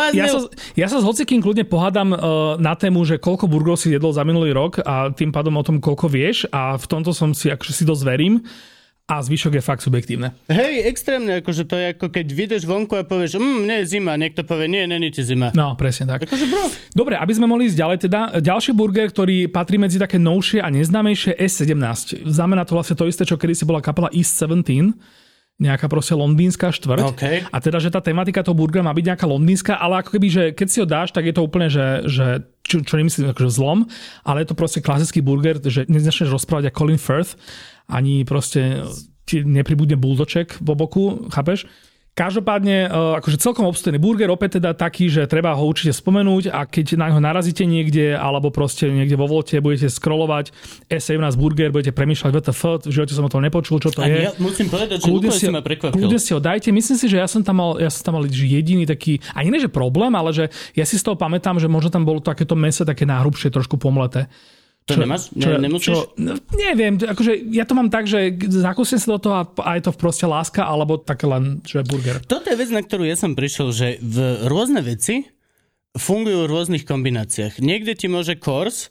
ja sa s hocikým kľudne pohádam na tému, že koľko burgerov si jedol za minulý rok a tým pádom o tom, koľko vieš, a v tomto som si akože si dosť verím. A zvyšok je fakt subjektívne. Hej, extrémne, akože to je ako keď vyjdeš vonku a povieš, nie je zima, niekto povie, nie, není ti zima. No, presne tak. Akože bro. Dobre, aby sme mohli ísť ďalej teda, ďalší burger, ktorý patrí medzi také novšie a neznámejšie, S17. Znamená to vlastne to isté, čo kedysi bola kapela East 17, nejaká proste londýnska štvrť. Okay. A teda, že tá tematika toho burgera má byť nejaká londýnska, ale ako keby, že keď si ho dáš, tak je to úplne, že čo nemyslím akože zlom, ale je to proste klasický burger, že nezačneš rozprávať ako Colin Firth, ani proste ti nepribudne buldoček po boku, chápeš? Každopádne, akože celkom obstojný burger, opäť teda taký, že treba ho určite spomenúť a keď na ňo narazíte niekde, alebo proste niekde vo Volte budete scrollovať S17 burger, budete premýšľať WTF, v živote som o tom nepočul, čo to je. Ja musím povedať, že Lukáš si ma prekvapil. Kľudne si ho dajte. Myslím si, že ja som tam mal jediný taký, ani nie že problém, ale že ja si z toho pamätám, že možno tam bolo takéto mäso také náhrubšie, trošku pomleté. To nemáš? Nemusíš? Neviem, akože ja to mám tak, že zakúsim sa do toho a je to proste láska, alebo také len, že burger. Toto je vec, na ktorú ja som prišiel, že v rôzne veci fungujú v rôznych kombináciách. Niekde ti môže kors,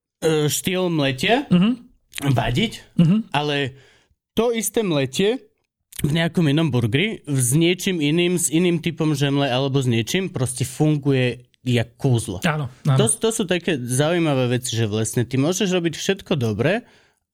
štýl mletia vadiť, ale to isté mletie v nejakom inom burgeri s niečím iným, s iným typom žemle alebo s niečím proste funguje jak kúzlo. Áno. To sú také zaujímavé veci, že vlastne ty môžeš robiť všetko dobre,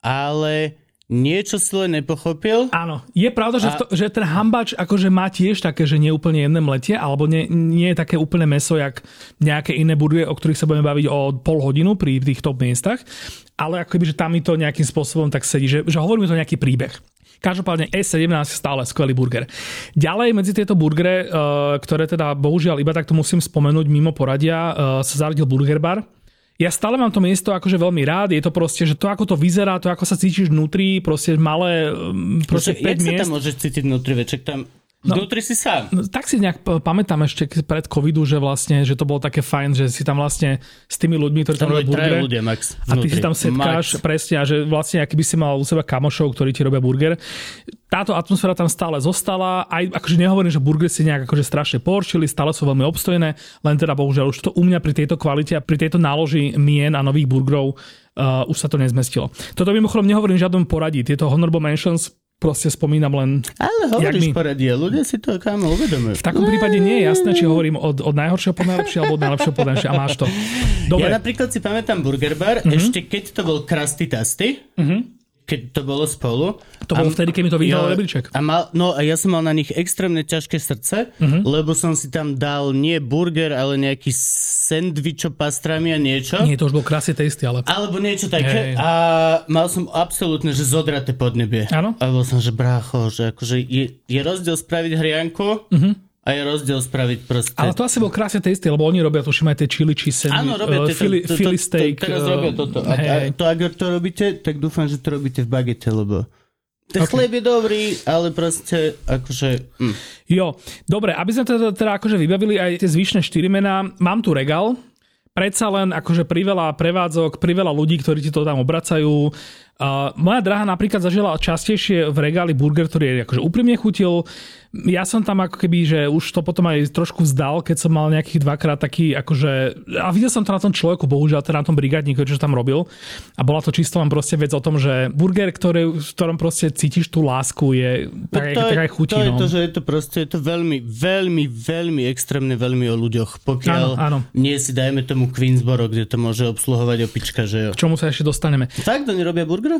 ale niečo si len nepochopil. Áno. Je pravda, že ten hambač akože má tiež také, že nie je úplne jedné mletie, alebo nie je také úplne mäso, jak nejaké iné burgery, o ktorých sa budeme baviť o pol hodinu pri tých top miestach, ale akoby, že tam mi to nejakým spôsobom tak sedí, že hovoríme to nejaký príbeh. Každopádne S17 stále skvelý burger. Ďalej medzi tieto burgery, ktoré teda bohužiaľ iba takto musím spomenúť mimo poradia, sa zaradil Burger Bar. Ja stále mám to miesto akože veľmi rád, je to proste, že to ako to vyzerá, to ako sa cítiš vnútri, proste malé, proste 5 miest. Jak sa tam môžeš cítiť vnútri, veček tam... Vnútri si sám. Tak si nejak pamätám ešte pred covidu, že vlastne, že to bolo také fajn, že si tam vlastne s tými ľuďmi, ktorí tam robia burger. Ľudia, Max, a ty si tam setkáš, presne, a že vlastne aký by si mal u seba kamošov, ktorí ti robia burger. Táto atmosféra tam stále zostala, aj akože nehovorím, že burgery si nejak akože strašne porčili, stále sú veľmi obstojné, len teda bohužiaľ už to u mňa pri tejto kvalite a pri tejto náloži mien a nových burgerov už sa to nezmestilo. Toto mimochodom nehovorím žiadnom poradí, tieto honorable mentions proste spomínam len... Ale hovoríš poradie, ľudia si to kámo uvedomujú. V takom prípade nie je jasné, či hovorím od najhoršieho po najlepšie, alebo od najlepšieho po najlepšie a máš to. Dobre. Ja napríklad si pamätám Burger Bar, ešte keď to bol Krusty Tasty, keď to bolo spolu. To bolo vtedy, keď mi to vyhral rebríček. A ja som mal na nich extrémne ťažké srdce, lebo som si tam dal nie burger, ale nejaký sendvič pastrami a niečo. Nie, to už bol Krusty Tasty, ale... Alebo niečo také. A mal som absolútne, že zodraté podnebie. Áno. A bol som, že brácho, že akože je rozdiel spraviť hrianku a je rozdiel spraviť proste... Ale to asi bol Krusty Tasty, lebo oni robia, tuším, aj tie chili cheese sandwich. Áno, robia Philly steak. Teraz robia toto. A to, ak to robíte, tak dúfam, že to robíte v bagete, lebo... Ten chlieb je dobrý, ale proste akože... Jo, dobre, aby sme teda akože vybavili aj tie zvyšné 4 mená, mám tu regál, predsa len akože priveľa prevádzok, priveľa ľudí, ktorí ti to tam obracajú. Moja drahá napríklad zažila častejšie v regáli burger, ktorý je akože úprimne chutil. Ja som tam ako keby, že už to potom aj trošku vzdal, keď som mal nejakých dvakrát taký akože... A videl som to na tom človeku, bohužiaľ, teda na tom brigádníku, čo tam robil. A bola to čisto len proste vec o tom, že burger, v ktorom proste cítiš tú lásku, je taká chutí. To je to, že je to proste, je to veľmi, veľmi, veľmi extrémne veľmi o ľuďoch. Pokiaľ nie si dajme tomu Queensboro, kde to môže obsluhovať opička, že jo. K čomu sa ešte dostaneme. Fakt, oni robia burger?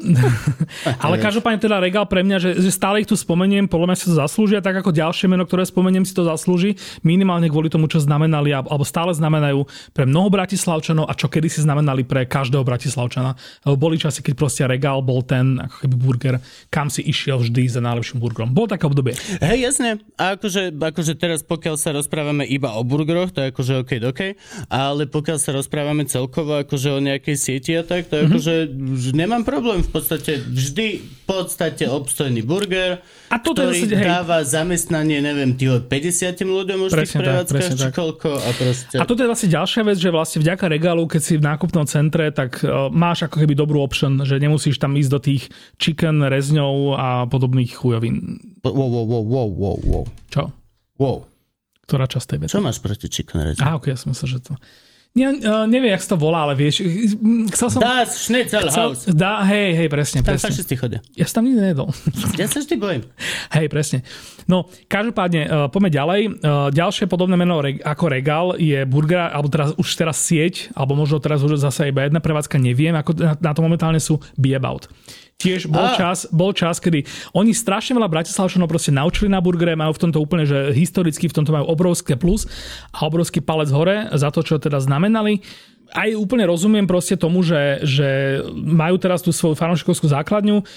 Ale každopádne teda regál pre mňa, že stále ich tu spomeniem, podľa mňa si to zaslúžia, tak ako ďalšie meno, ktoré spomeniem, si to zaslúži, minimálne kvôli tomu, čo znamenali, alebo stále znamenajú pre mnoho Bratislavčanov a čo kedysi znamenali pre každého Bratislavčana. Lebo boli časy, keď proste regál bol ten ako keby burger, kam si išiel vždy za najlepším burgerom. Bolo také obdobie. Hej, jasne. A akože teraz, pokiaľ sa rozprávame iba o burgeroch, to je akože OK, ale pokiaľ sa rozprávame celkovo akože o nejakej sieti a tak, to je akože nemám problém. V podstate vždy obstojný burger, a to ktorý dáva zamestnanie, neviem, 50 ľuďom už v tých prevádzkach, či koľko. A toto je vlastne ďalšia vec, že vlastne vďaka regálu, keď si v nákupnom centre, tak máš ako keby dobrú option, že nemusíš tam ísť do tých chicken, rezňov a podobných chujovín. Wow. Čo? Wow. Ktorá časť tej veci? Čo máš proti chicken rezňom? Ok, ja som myslel, že to... Neviem, jak sa to volá, ale vieš... Das Schnitzelhaus. Hej, presne. Tam fašisti chodia. Ja som tam nikdy nejedol. Ja sa vždy bojím. Hej, presne. No, každopádne, poďme ďalej. Ďalšie podobné meno ako regál je burger, alebo teraz sieť, alebo možno teraz už zase iba jedna prevádzka, neviem, ako na to momentálne sú Be About. Tiež bol čas, kedy oni strašne veľa Bratislavčanov proste naučili na burgere, majú v tomto úplne, že historicky v tomto majú obrovské plus a obrovský palec hore za to, čo teda znamenali. Aj úplne rozumiem proste tomu, že majú teraz tú svoju fanúšikovskú základňu.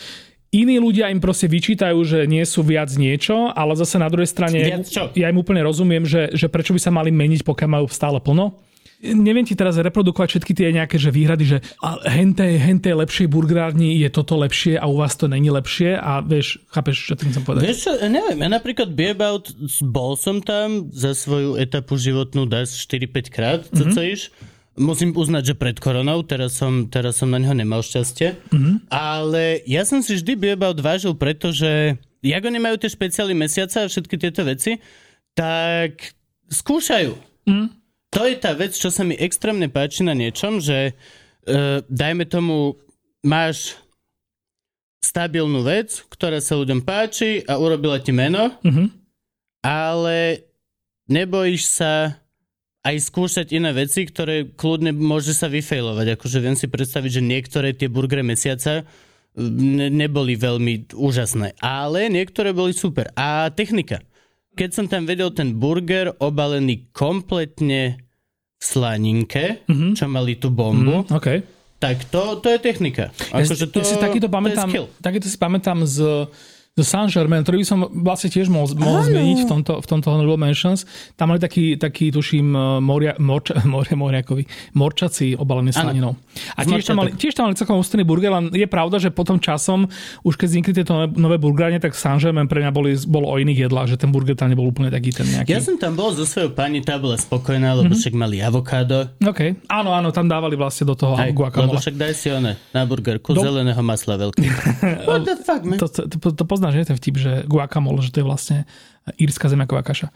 Iní ľudia im proste vyčítajú, že nie sú viac niečo, ale zase na druhej strane ja im úplne rozumiem, že prečo by sa mali meniť, pokiaľ majú stále plno. Neviem ti teraz reprodukovať všetky tie nejaké že výhrady, že hentej lepšej burgerárni je toto lepšie a u vás to není lepšie a vieš, chápeš, čo tým chcem povedať? Vieš čo, neviem, ja napríklad Beabout, bol som tam za svoju etapu životnú 4-5 krát, ccaíš. Musím uznať, že pred koronou, teraz som na ňo nemal šťastie, ale ja som si vždy Beabout vážil, pretože jak oni majú tie špeciálne mesiace a všetky tieto veci, tak skúšajú. To je tá vec, čo sa mi extrémne páči na niečom, že dajme tomu, máš stabilnú vec, ktorá sa ľuďom páči a urobila ti meno, ale nebojíš sa aj skúšať iné veci, ktoré kľudne môže sa vyfailovať. Akože viem si predstaviť, že niektoré tie burgery mesiaca neboli veľmi úžasné, ale niektoré boli super. A technika. Keď som tam vedel ten burger obalený kompletne v slaninke, čo mali tú bombu, tak to je technika. Akože to je skill. Takýto si pamätám z Saint-Germain, ktorý by som vlastne tiež mohol zmeniť v tomto Honorable Mentions. Tam mali taký tuším, morčací obalený slaninou. A tiež tam mali celkom ústredný burger, len je pravda, že potom časom, už keď vznikli tieto nové burgerárne, tak Saint-Germain pre mňa bol o iných jedlách, že ten burger tam nebol úplne taký ten nejaký. Ja som tam bol so svojou pani, tá bola spokojná, lebo však mali avokádo. OK. Áno, tam dávali vlastne do toho guacamole. Lebo však daj si na burgerku zeleného masla veľký. What the fuck, man? To poznáš, že ten vtip, že guacamole, že to je vlastne írska zemiaková kaša.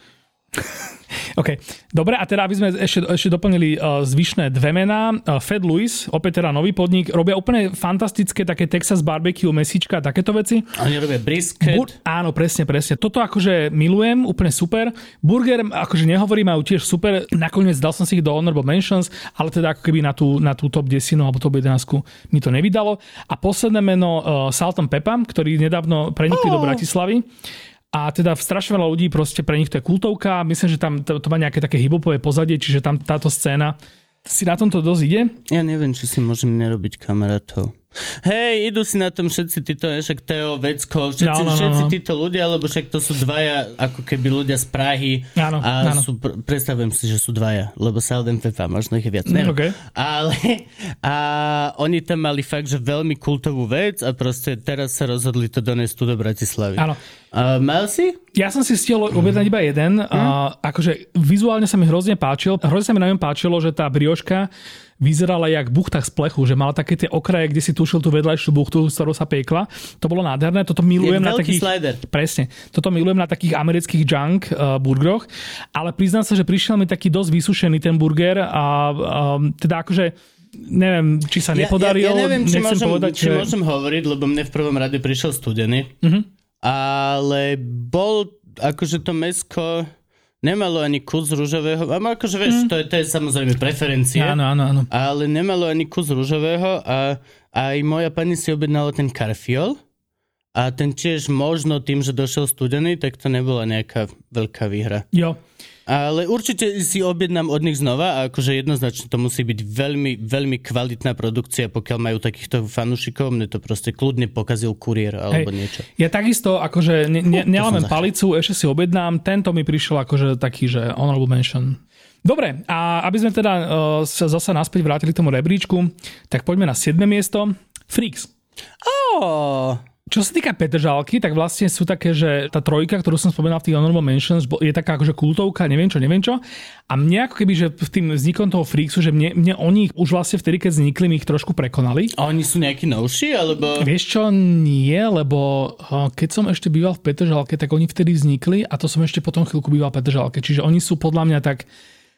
OK. Dobre, a teda aby sme ešte doplnili zvyšné dve mená. Fat Louis, opäť teda nový podnik, robia úplne fantastické také Texas barbecue, mesička a takéto veci. Oni robia brisket. Áno, presne. Toto akože milujem, úplne super. Burger, akože nehovorím, majú tiež super. Nakoniec dal som si ich do Honorable Mentions, ale teda ako keby na tú top 10 alebo top 11 mi to nevydalo. A posledné meno Salt and Pepper, ktorí nedávno prenikli do Bratislavy. A teda strašne veľa ľudí, proste pre nich to je kultovka. Myslím, že tam to má nejaké také hip-hopové pozadie, čiže tam táto scéna si na tomto dosť ide. Ja neviem, či si môžem nerobiť kamarátov. Hej, idú si na tom všetci títo, však Teo, Vecko, všetci títo ľudia, lebo však to sú dvaja, ako keby ľudia z Prahy. Áno. Predstavujem si, že sú dvaja, lebo Salt and Pepper, možno ich je viac. Okay. Ale oni tam mali fakt, že veľmi kultovú vec a proste teraz sa rozhodli to doniesť tu do Bratislavy. Áno. Mal si? Ja som si stihol objednať iba jeden. Akože vizuálne sa mi hrozne páčil. Hrozne sa mi na ňom páčilo, že tá brioška vyzerala jak buchtach z plechu, že mala také tie okraje, kde si tušil tú vedľajšiu buchtu, z ktorou sa piekla. To bolo nádherné. Toto milujem na takých slider. Presne. Toto milujem na takých amerických junk burgeroch, ale priznám sa, že prišiel mi taký dosť vysušený ten burger a teda akože neviem, či sa nepodaril. Ja neviem, či môžem hovoriť, lebo mne v prvom rade prišiel studený. Ale bol akože to mäsko nemalo ani kus ružového, akože vieš, to je samozrejme preferencia. Áno. Ale nemalo ani kus ružového a aj moja pani si objednala ten karfiol a ten tiež možno tým, že došiel studený, tak to nebola nejaká veľká výhra. Jo. Ale určite si objednám od nich znova a akože jednoznačne to musí byť veľmi, veľmi kvalitná produkcia, pokiaľ majú takýchto fanúšikov, mne to proste kľudne pokazil kuriér alebo niečo. Ja takisto akože nelámem palicu, ešte si objednám, tento mi prišiel akože taký, že honorable mention. Dobre, a aby sme teda sa zase naspäť vrátili k tomu rebríčku, tak poďme na 7. miesto. Freaks. Čo sa týka petržalky, tak vlastne sú také, že tá trojka, ktorú som spomínal v tých honorable mentions, je taká akože kultovka, neviem čo. A mne ako keby, že v tým vznikom toho Freaksu, že mne oni už vlastne vtedy, keď vznikli, mi ich trošku prekonali. A oni sú nejakí novší, alebo? Vieš čo, nie, lebo keď som ešte býval v petržalke, tak oni vtedy vznikli a to som ešte potom chvíľku býval v petržalke. Čiže oni sú podľa mňa tak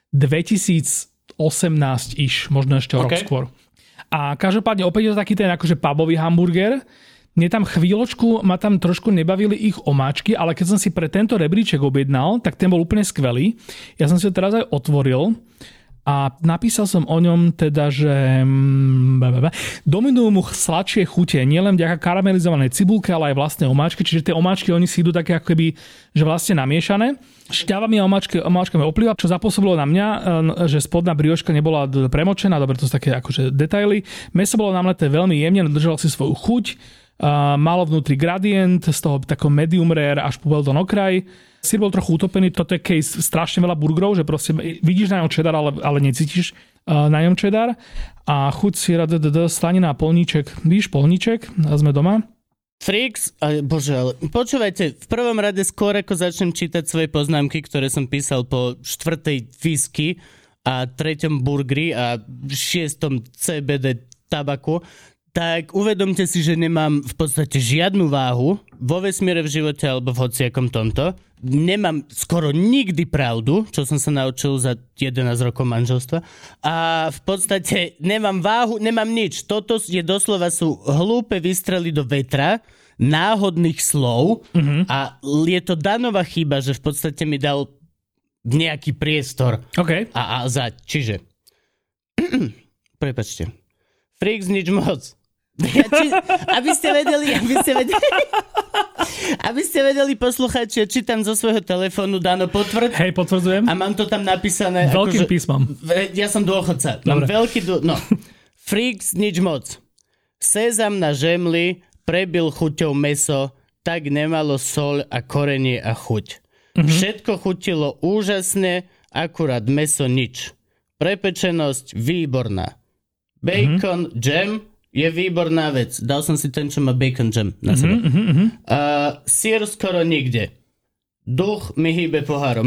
2018-ish, možno ešte rok skôr. A každopádne opäť je to taký ten akože pubový hamburger. Mne tam chvíľočku, ma tam trošku nebavili ich omáčky, ale keď som si pre tento rebríček objednal, tak ten bol úplne skvelý. Ja som si ho teraz aj otvoril a napísal som o ňom teda, že dominujú mu sladšie chute, nielen vďaka karamelizovanej cibulke, ale aj vlastné omáčky, čiže tie omáčky oni si idú také ako keby, že vlastne namiešané. Šťavami a omáčkami oplýva, čo zapôsobilo na mňa, že spodná brioška nebola premočená, dobre, to sú také akože detaily. Mäso bolo namleté veľmi jemne, držalo si svoju chuť. malo vnútri gradient, z toho takom medium rare až po well done okraj. Syr bol trochu utopený, toto je case strašne veľa burgerov, že proste vidíš na ňom cheddar, ale necítiš na ňom cheddar. A chuť syra, slanina a polníček. Vidíš polníček? A sme doma. Freaks, bože, ale počúvajte, v prvom rade skôr ako začnem čítať svoje poznámky, ktoré som písal po 4. whisky a 3. burgeri a 6. CBD tabaku, tak uvedomte si, že nemám v podstate žiadnu váhu vo vesmíre, v živote alebo v hociakom tomto. Nemám skoro nikdy pravdu, čo som sa naučil za 11 rokov manželstva. A v podstate nemám váhu, nemám nič. Toto je doslova sú hlúpe výstrely do vetra, náhodných slov a je to Danova chyba, že v podstate mi dal nejaký priestor. Okay. Čiže prepáčte. Freaks nič moc. Aby ste vedeli poslucháči, čítam zo svojho telefónu, Dano, potvrď. Hej, potvrdzujem. A mám to tam napísané. Veľkým písmom. Ja som dôchodca. Mám veľký Freaks nič moc. Sezam na žemli prebil chuťou mäso, tak nemalo soľ a korenie a chuť. Všetko chutilo úžasne, akurát mäso nič. Prepečenosť výborná. Bacon, jam je výborná vec. Dal som si ten, čo má bacon jam na sebe. Syr skoro nikde. Duch mi hýbe pohárom.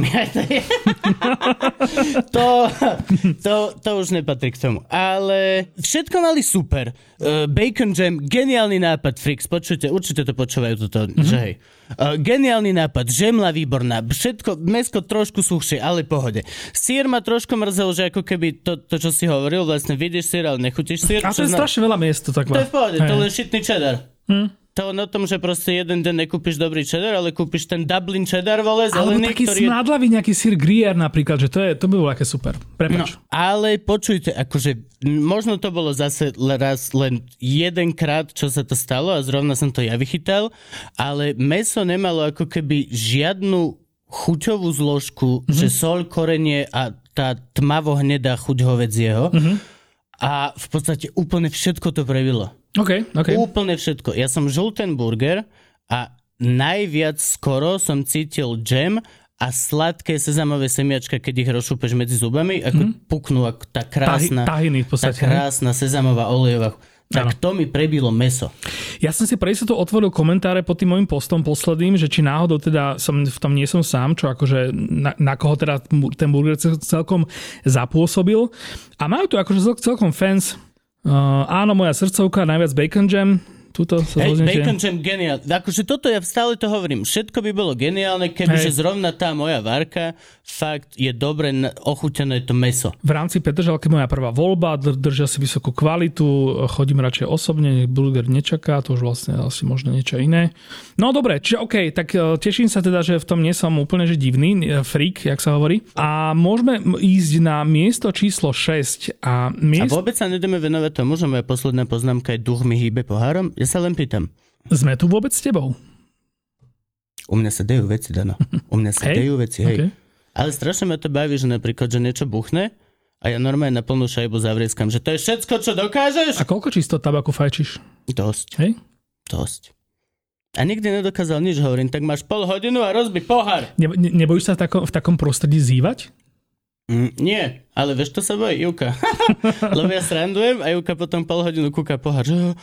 To už nepatrí k tomu. Ale všetko mali super. Bacon jam, geniálny nápad, Freaks. Počujte, určite to počúvajú toto. Že hej. Geniálny nápad, žemla výborná. Všetko, mäsko trošku suchšie, ale pohode. Syr ma trošku mrzel, že ako keby to čo si hovoril, vlastne vidíš syr, ale nechutíš syr. A to je strašne veľa miesto. To je v pohode, to len šitný cheddar. To o tom, že proste jeden deň nekúpiš dobrý cheddar, ale kúpiš ten Dublin cheddar, vole, zelený, alebo taký smradlavý nejaký syr Gruyère napríklad, že to by bolo aké super. Prepáč. No, ale počujte, akože možno to bolo zase raz len jedenkrát, čo sa to stalo a zrovna som to ja vychytal, ale mäso nemalo ako keby žiadnu chuťovú zložku, že soľ, korenie a tá tmavo hnedá chuť hovedzieho. A v podstate úplne všetko to prebilo. Okay. Úplne všetko. Ja som žul ten burger a najviac skoro som cítil džem a sladké sezamové semiačka, keď ich rozšúpeš medzi zubami, ako puknú ako tá krásna, tahiny v podstate, tá krásna sezamová olejová. Tak to mi prebilo mäso. Ja som si pre istotu otvoril komentáre pod tým môjim postom posledným, že či náhodou teda v tom nie som sám, čo akože na koho teda ten burger celkom zapôsobil. A majú tu akože celkom fans. Áno, moja srdcovka, najviac bacon jam. Tuto sa bacon jam, geniál. Akože toto ja stále to hovorím. Všetko by bolo geniálne, kebyže zrovna tá moja várka fakt je dobre ochutené to mäso. V rámci Petržalky moja prvá voľba, držia si vysokú kvalitu, chodím radšej osobne, burger nečaká, to už vlastne asi možno niečo iné. No dobre, čiže OK, tak teším sa teda, že v tom nie som úplne že divný, freak, jak sa hovorí. A môžeme ísť na miesto číslo 6. A vôbec sa nedeme venovať tomu, že moja posledná poznámka je duch mi hýbe pohárom? Ja sa len pýtam. Sme tu vôbec s tebou? U mňa sa dejú veci, Dano. U mňa sa dejú veci, hej. Okay. Ale strašne ma to baví, že napríklad, že niečo buchne a ja normálne na plnú šajbu zavrieskam, že to je všetko, čo dokážeš. A koľko čisto tabaku fajčíš? Dosť. Hej? Dosť. A nikdy nedokázal nič, hovorím, tak máš pol hodinu a rozbi pohár. Nebojíš sa v takom prostredí zývať? Nie, ale vieš, to sa bojí Ivka. Lebo ja srandujem a Ivka potom pol hodinu kúka pohár.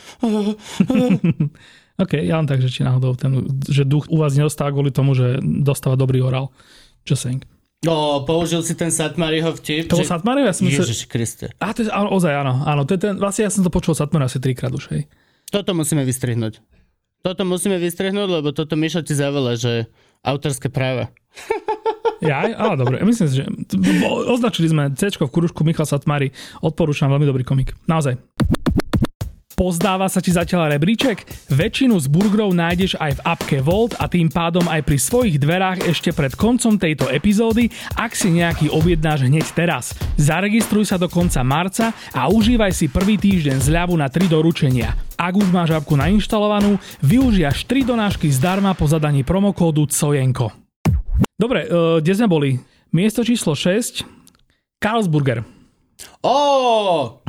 OK, ja len tak, že či náhodou že duch u vás nedostáva kvôli tomu, že dostáva dobrý orál. Just saying. Použil si ten Satmáriho vtip. To bol Satmáriho? Ja Ježiši Kriste. To je ozaj, áno. To je vlastne ja som to počul Satmáriho asi 3-krát už, hej. Toto musíme vystrihnúť, lebo toto Mišo ti zavolá, že autorské práva. Dobre. Myslím si, že označili sme C-čko v kružku Michal Satmári. Odporúčam, veľmi dobrý komik. Naozaj. Pozdáva sa ti zatiaľ rebríček? Väčšinu z burgerov nájdeš aj v appke Volt a tým pádom aj pri svojich dverách ešte pred koncom tejto epizódy, ak si nejaký objednáš hneď teraz. Zaregistruj sa do konca marca a užívaj si prvý týždeň zľavu na 3 doručenia. Ak už máš appku nainštalovanú, využij až 3 donášky zdarma po zadaní promokódu COJENKO. Dobre, kde sme boli? Miesto číslo 6. Karlsburger.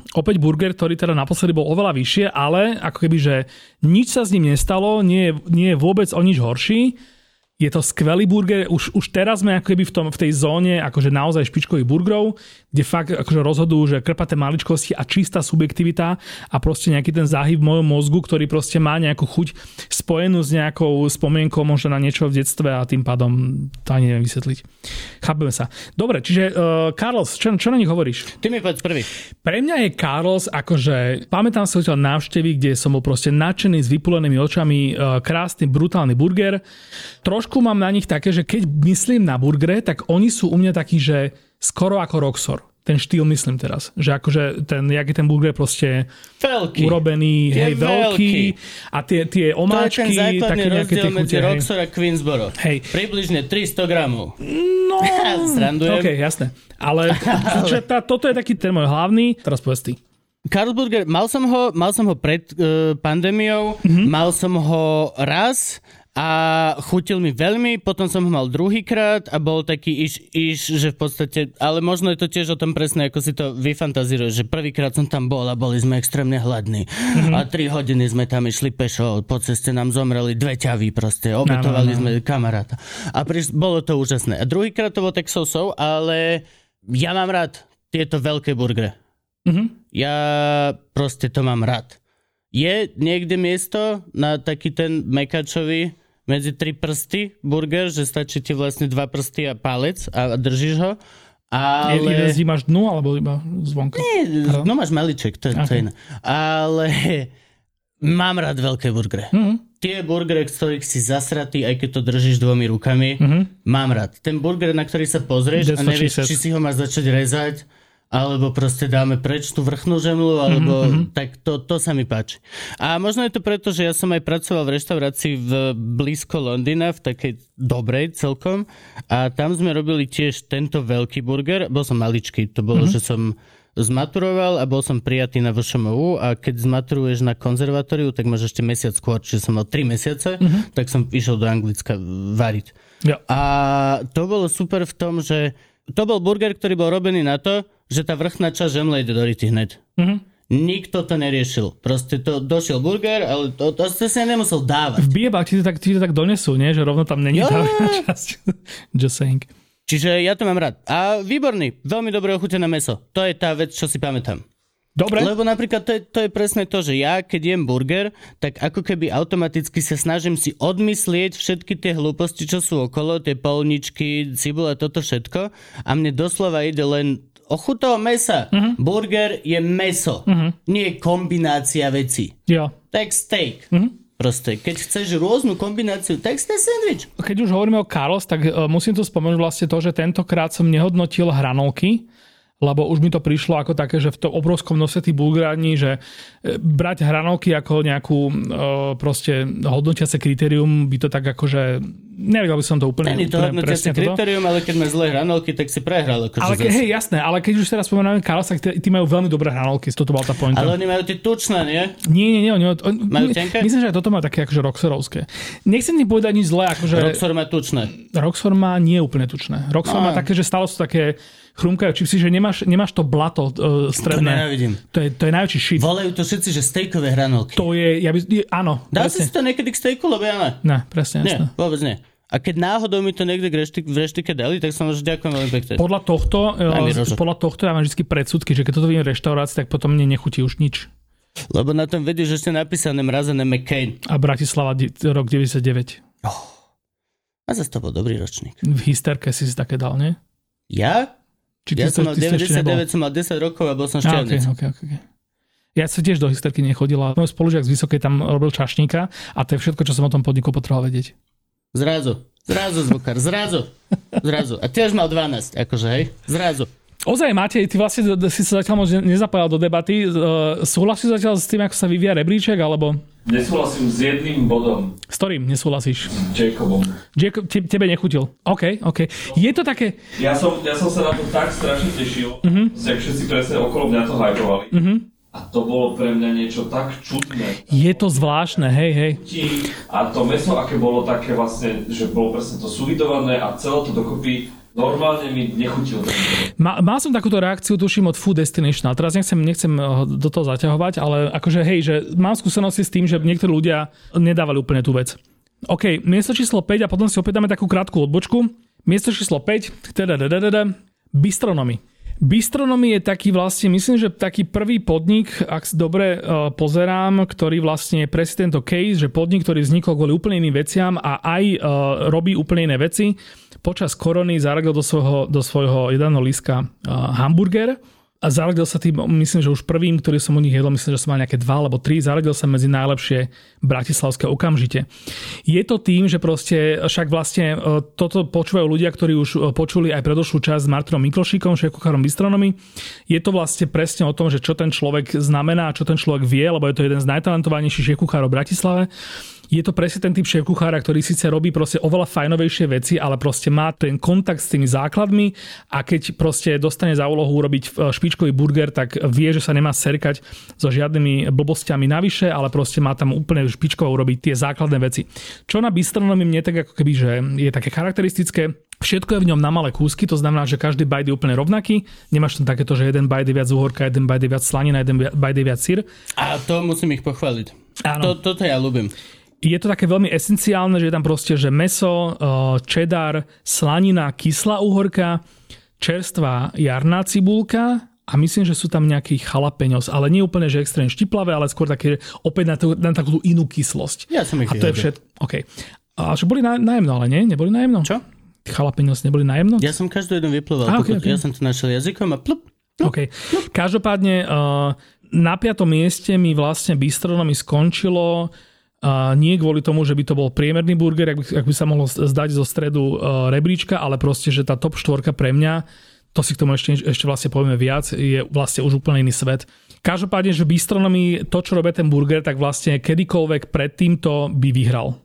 Opäť burger, ktorý teda naposledy bol oveľa vyššie, ale ako keby, že nič sa s ním nestalo, nie je vôbec o nič horší. Je to skvelý burger, už teraz sme ako keby v tej zóne akože naozaj špičkových burgerov, kde fakt akože rozhodujú, že krpaté maličkosti a čistá subjektivita a proste nejaký ten záhyb v mojom mozgu, ktorý proste má nejakú chuť spojenú s nejakou spomienkou možno na niečo v detstve a tým pádom to ani neviem vysvetliť. Chápeme sa. Dobre, čiže Carlos, čo na nich hovoríš? Ty mi povedz prvý. Pre mňa je Carlos akože, pamätám sa odtiaľ návštevy, kde som bol proste nadšený s vypulenými očami, krásny, brutálny burger. Trošku mám na nich také, že keď myslím na burgere, tak oni sú u mňa takí, že skoro ako Roxor. Ten štýl myslím teraz. Že akože jak je ten burger proste veľký. Urobený, hej, veľký. A tie omáčky, také nejaké tie chute. Medzi Roxor a Queensboro. Hej. Približne 300 gramov. No, srandujem. OK, jasné. Ale toto je taký ten môj hlavný. Teraz povedz ty. Carl's Burger, mal som ho pred pandémiou, mal som ho raz a chutil mi veľmi, potom som ho mal druhýkrát a bol taký že v podstate, ale možno je to tiež o tom presne, ako si to vyfantazíruješ, že prvýkrát som tam bol a boli sme extrémne hladní a 3 hodiny sme tam išli pešo, po ceste nám zomreli 2 ťavy proste, obetovali sme kamaráta a bolo to úžasné. A druhýkrát to bolo tak so, ale ja mám rád tieto veľké burgery. Ja proste to mám rád. Je niekde miesto na taký ten mekačový medzi 3 prsty burger, že stačí ti vlastne 2 prsty a palec a držíš ho. Ale... Jeden z nich máš dnu, alebo iba zvonka? Nie, no máš maliček, to je iné. Ale mám rád veľké burgery. Tie burgery, z ktorých si zasratý, aj keď to držíš 2 rukami, mám rád. Ten burger, na ktorý sa pozrieš a nevieš, či si ho máš začať rezať, alebo proste dáme preč tú vrchnú žemlu, alebo tak to sa mi páči. A možno je to preto, že ja som aj pracoval v reštaurácii blízko Londýna, v takej dobrej celkom, a tam sme robili tiež tento veľký burger. Bol som maličký, to bolo, že som zmaturoval a bol som prijatý na VŠMU a keď zmaturuješ na konzervatóriu, tak máš ešte mesiac skôr, čiže som mal 3 mesiace, tak som išiel do Anglicka variť. Jo. A to bolo super v tom, že to bol burger, ktorý bol robený na to, že tá vrchná časť žemle ide do ryti hneď. Nikto to neriešil. Proste to došiel burger, ale to sa nemusel dávať. V biebách ti to tak donesú, nie? Že rovno tam není tá časť. Just saying. Čiže ja to mám rád. A výborný, veľmi dobre ochutené mäso. To je tá vec, čo si pamätám. Dobre. Lebo napríklad to je presne to, že ja keď jem burger, tak ako keby automaticky sa snažím si odmyslieť všetky tie hlúposti, čo sú okolo, tie polničky, cibule, toto všetko. A mne doslova ide len o chuť toho mäsa. Burger je mäso. Nie je kombinácia vecí. Jo. Tak steak. Proste, keď chceš rôznu kombináciu, tak ste sandwich. Keď už hovoríme o Carlos, tak musím tu spomenúť vlastne to, že tentokrát som nehodnotil hranolky, lebo už mi to prišlo ako také, že v tom obrovskom množstve tých bulgární, že brať hranolky ako nejakú proste hodnotiace kritérium by to tak akože nevedel by som to úplne presne. Není to hodnotiace kritérium, ale keď máš zlé hranolky, tak si prehral. Ale hej, jasné, ale keď už teraz spomenáme Carlos, tak tí majú veľmi dobré hranolky, toto bola tá pointa. Ale oni majú tie tučné, nie? Nie, majú tenké? Myslím, že aj toto má také akože roxorovské. Nechcem ti povedať nič zlé, akože Roxor má tučné. Roxor má nie úplne tučné. Roxor má také, že stále sú také chrumkajú čipsy, že nemáš to blato stredné. To nenávidím. To je najväčší shit. Volajú to všetci, že stejkové hranolky. To je, áno. Dá si to niekedy k stejku, lebo ja ne. Ne, presne, jasné. Nie, vôbec nie. A keď náhodou mi to niekde v reštike dali, tak som už ďakujem veľmi pekne. Podľa tohto ja mám vždy predsudky, že keď toto vidím v reštaurácii, tak potom mne nechutí už nič. Lebo na tom vidíš ešte napísané mrazené McCain. A Bratislava rok 99. A zase to bol dobrý ročník. V hysterke si také dal, nie? Ja? Ja som mal 99, som mal 10 rokov a bol som šťavnic. Okay. Ja som tiež do hysterky nechodil, ale môj spolužiak z Vysokej tam robil čašníka a to je všetko, čo som o tom podniku potreboval vedieť. Zrazu zvukár, zrazu. A tiež mal 12, akože hej, zrazu. Ozaj, Matej, ty vlastne si sa zatiaľ moc nezapájal do debaty. Súhlasíš zatiaľ s tým, ako sa vyvíja rebríček, alebo... Nesúhlasím s jedným bodom. S ktorým nesúhlasíš? S Jacobom. Jacob tebe nechutil. OK. Je to také... Ja som sa na to tak strašne tešil, že všetci presne okolo mňa to hypovali. A to bolo pre mňa niečo tak čudné. Je to zvláštne, hej. A to mäso, aké bolo také vlastne, že bolo presne to suvidované a celé to dokopy Normálne mi nechutil. Mal som takúto reakciu, tuším, od Food Destination. Ale teraz nechcem do toho zaťahovať, ale akože hej, že mám skúsenosti s tým, že niektorí ľudia nedávali úplne tú vec. OK, miesto číslo 5 a potom si opäť dáme takú krátku odbočku. Miesto číslo 5, Bistronomy. Bistronomy je taký vlastne, myslím, že taký prvý podnik, ak si dobre pozerám, ktorý vlastne je presne tento case, že podnik, ktorý vznikol kvôli úplne iným veciam a aj robí úplne iné veci. Počas korony zaradil do svojho jedálneho lístka hamburger a zaradil sa tým, myslím, že už prvým, ktorý som u nich jedol, myslím, že som mal nejaké 2 alebo 3, zaradil sa medzi najlepšie bratislavské okamžite. Je to tým, že proste však vlastne toto počúvajú ľudia, ktorí už počuli aj predošlú časť s Martinom Miklošíkom, šéfkuchárom Bistronomy. Je to vlastne presne o tom, že čo ten človek znamená, čo ten človek vie, lebo je to jeden z najtalentovanejších šéfkuchárov v Bratislave. Je to presne ten typ šéfkuchára, ktorý síce robí proste oveľa fajnovejšie veci, ale proste má ten kontakt s tými základmi a keď proste dostane za úlohu urobiť špičkový burger, tak vie, že sa nemá serkať so žiadnymi blbostiami navyše, ale proste má tam úplne špičkovo urobiť tie základné veci. Čo na Bistronomy mne tak ako keby, že je také charakteristické, všetko je v ňom na malé kúsky, to znamená, že každý bite je úplne rovnaký. Nemáš tam takéto, že jeden bite je viac uhorka, jeden bite je viac slanina, jeden bite je viac syr. A to musím ich pochváliť. Toto ja ľúbim. Je to také veľmi esenciálne, že je tam proste, že mäso, cheddar, slanina, kyslá uhorka, čerstvá jarná cibulka a myslím, že sú tam nejaký jalapeňos, ale nie úplne, že extrémne štiplavé, ale skôr také opäť na takú inú kyslosť. Ja som ich a to je všetko. OK. A čo boli najemno, ale nie? Neboli najemno? Čo? Jalapeňos neboli najemno? Ja som každú jeden vyplúval. Okay. Ja som to našiel jazykom a plup. OK. Každopádne na 5. mieste mi vlastne Bistronomy skončilo nie kvôli tomu, že by to bol priemerný burger, ak by sa mohlo zdať zo stredu rebríčka, ale proste, že tá top 4 pre mňa, to si k tomu ešte vlastne povieme viac, je vlastne už úplne iný svet. Každopádne, že Bistronomy, to, čo robí ten burger, tak vlastne kedykoľvek predtým to by vyhral.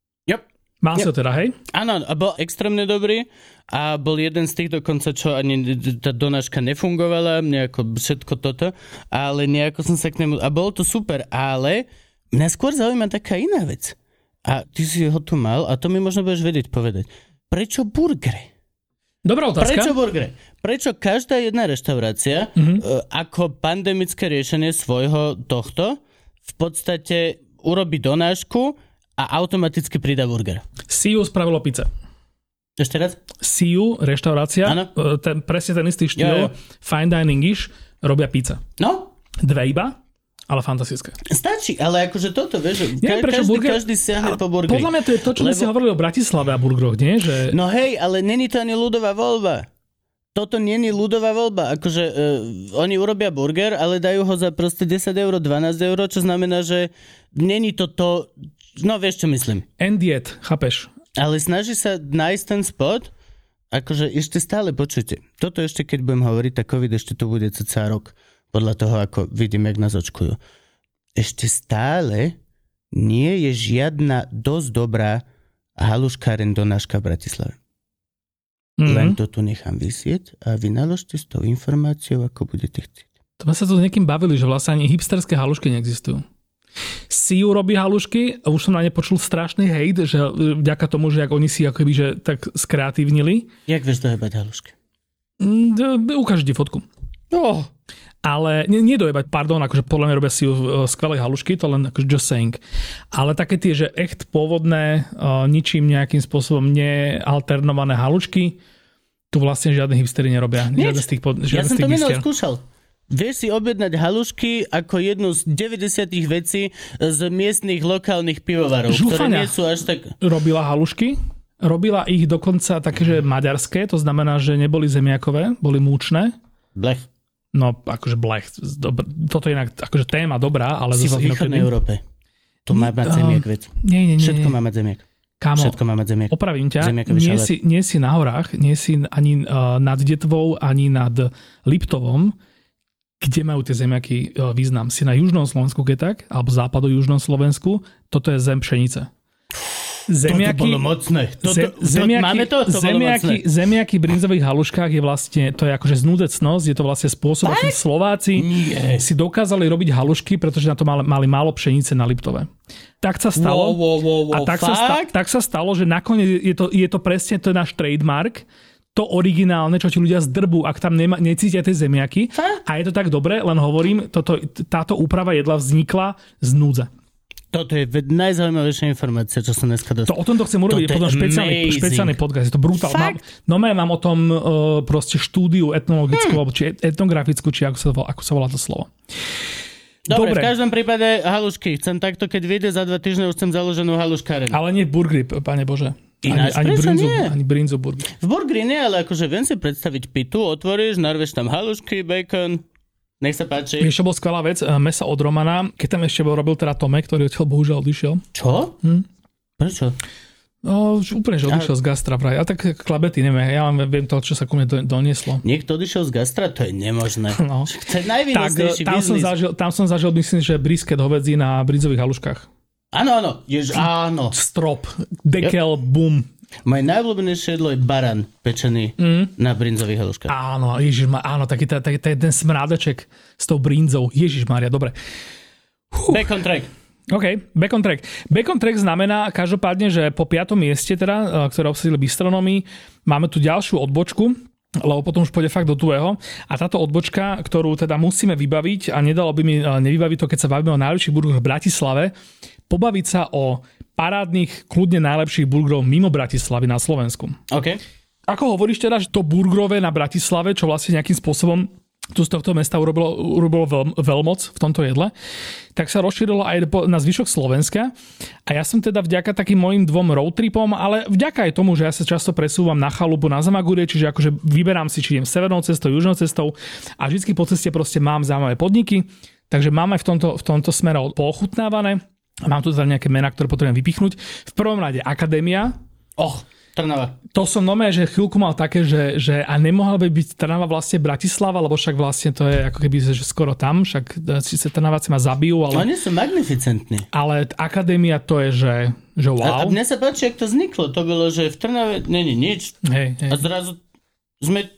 Má si ho teda, hej? Áno, a bol extrémne dobrý a bol jeden z tých dokonca, čo ani tá donáška nefungovala, nejako všetko toto, ale nejako som sa k nemu... A bolo to super, ale mňa skôr zaujíma taká iná vec. A ty si ho tu mal a to mi možno budeš vedieť povedať. Prečo burgery? Dobrá otázka. Prečo burgery? Prečo každá jedna reštaurácia ako pandemické riešenie svojho tohto v podstate urobí donášku a automaticky pridá burger? Siu spravilo pizza. Ešte raz? Siu, reštaurácia, presne ten istý štýl, fine dining-ish, robia pizza. No? 2 iba, ale fantastické. Stačí, ale akože toto, vieš, každý siahne po burgeri. Podľa mňa to je to, čo my si hovorili o Bratislave a burgeroch, nie? Že... No hej, ale není to ani ľudová voľba. Toto není ľudová voľba. Akože oni urobia burger, ale dajú ho za proste 10 €, 12 €, čo znamená, že není to, no vieš, čo myslím. And yet, chápeš? Ale snaží sa nájsť ten spot, akože ešte stále počujte. Toto ešte, keď budem hovoriť, tak COVID ešte to bude cca rok. Podľa toho, ako vidím, jak nás očkujú. Ešte stále nie je žiadna dosť dobrá haluškáren donáška v Bratislave. Len to tu nechám vysieť a vy naložte s tou informáciou, ako budete chcieť. To sme sa tu s niekým bavili, že vlastne ani hipsterské halušky neexistujú. Siu robí halušky a už som na ne počul strašný hejt, že vďaka tomu, že ak oni si akoby, že tak skreatívnili. Jak vieš dojebať halušky? Ukážete fotku. No. Ale nie dojebať, pardon, akože podľa mňa robia si skvelé halušky, to len akože just saying. Ale také tie, že echt pôvodné, ničím nejakým spôsobom nealternované halušky, tu vlastne žiadne hipstery nerobia. Žiadne z tých ja som to minul skúšal. Vieš si objednať halušky ako jednu z 90 vecí z miestnych lokálnych pivovarov, ktoré nie sú až tak... Robila halušky, robila ich dokonca také, že maďarské, to znamená, že neboli zemiakové, boli múčne. Blech. No, akože blech. Toto je inak akože téma dobrá, ale... Si vo východnej Európe. Tu má mať zemiak, vec. Nie. Všetko má mať zemiak. Kámo, všetko má mať zemiak. Opravím ťa, nie si na horách, nie si ani nad Detvou, ani nad Liptovom, kde majú tie zemiaky význam. Si na južnom Slovensku, keď tak, alebo západu južnom Slovensku, toto je zem pšenice. Zemiaky, to bolo mocné. Máme to? To zemiaky v brinzových haluškách je vlastne, to je akože znúdecnosť, je to vlastne spôsob, akým Slováci si dokázali robiť halušky, pretože na to mali málo pšenice na Liptove. Tak sa stalo. A tak sa stalo, že nakoniec je to presne, to je náš trademark. to originálne, čo ti ľudia zdrbú, ak tam necítia tie zemiaky. A je to tak dobre, len hovorím, táto úprava jedla vznikla z núdze. Toto je najzaujímavejšia informácia, čo som dneska dostal. O tomto chcem urobiť potom špeciálny podcast. Je to brutál. Mám o tom proste štúdiu etnologickú, alebo či etnografickú, či ako sa volá to slovo. Dobre, v každom prípade halušky. Chcem takto, keď vyjde za 2 týždne, už chcem založenú haluškáreň. Ale nie burgery, pane Bože. Ani brinzu burger. V burgeri nie, ale akože viem si predstaviť pitu, otvoríš, narveš tam halušky, bacon, nech sa páči. Ešte bol skvelá vec, mesa od Romana, keď tam ešte robil teda Tomek, ktorý odtiaľ bohužiaľ odišiel. Čo? Prečo? Úplne, že odišiel z gastra vraj. A tak klabety, neviem, ja viem to, čo sa ku mne donieslo. Niekto odišiel z gastra? To je nemožné. No. Chce najvýnosnejší biznis. Tam som zažil, myslím, že brisket hovedzí na brinzových haluškách. Áno. Áno. Strop, dekel, boom. Moje najobľúbenejšie jedlo je baran pečený na brinzových haluškách. Áno, áno, taký ten smrádeček s tou brinzou. Ježišmária, dobre. Bacon track. OK, Bacon track. Bacon track znamená každopádne, že po 5. mieste, teda, ktoré obsadili Bistronomy, máme tu ďalšiu odbočku, lebo potom už pôjde fakt do tuého. A táto odbočka, ktorú teda musíme vybaviť, a nedalo by mi nevybaviť to, keď sa bavíme o najlepších burgeroch v Bratislave, pobaviť sa o parádnych, kľudne najlepších burgerov mimo Bratislavy na Slovensku. OK. Ako hovoríš teda, že to burgerové na Bratislave, čo vlastne nejakým spôsobom tu z tohto mesta urobilo veľmoc v tomto jedle, tak sa rozšírilo aj na zvyšok Slovenska. A ja som teda vďaka takým mojim 2 roadtripom, ale vďaka aj tomu, že ja sa často presúvam na chalupu na Zamagúrie, čiže akože vyberám si, či idem severnou cestou, južnou cestou a vždycky po ceste proste mám zaujímavé podniky, takže mám aj v tomto smere poochutnávané. Mám tu teda nejaké mená, ktoré potrebujem vypichnúť. V prvom rade Akadémia. Trnava. To som že chvíľku mal také, že a nemohla by byť Trnava vlastne Bratislava, lebo však vlastne to je ako keby že skoro tam, však síce Trnaváci ma zabijú, ale... Oni sú magnificentní. Ale Akadémia to je, že wow. A mne sa páči, jak to vzniklo. To bolo, že v Trnave není nič. Hej. A zrazu sme...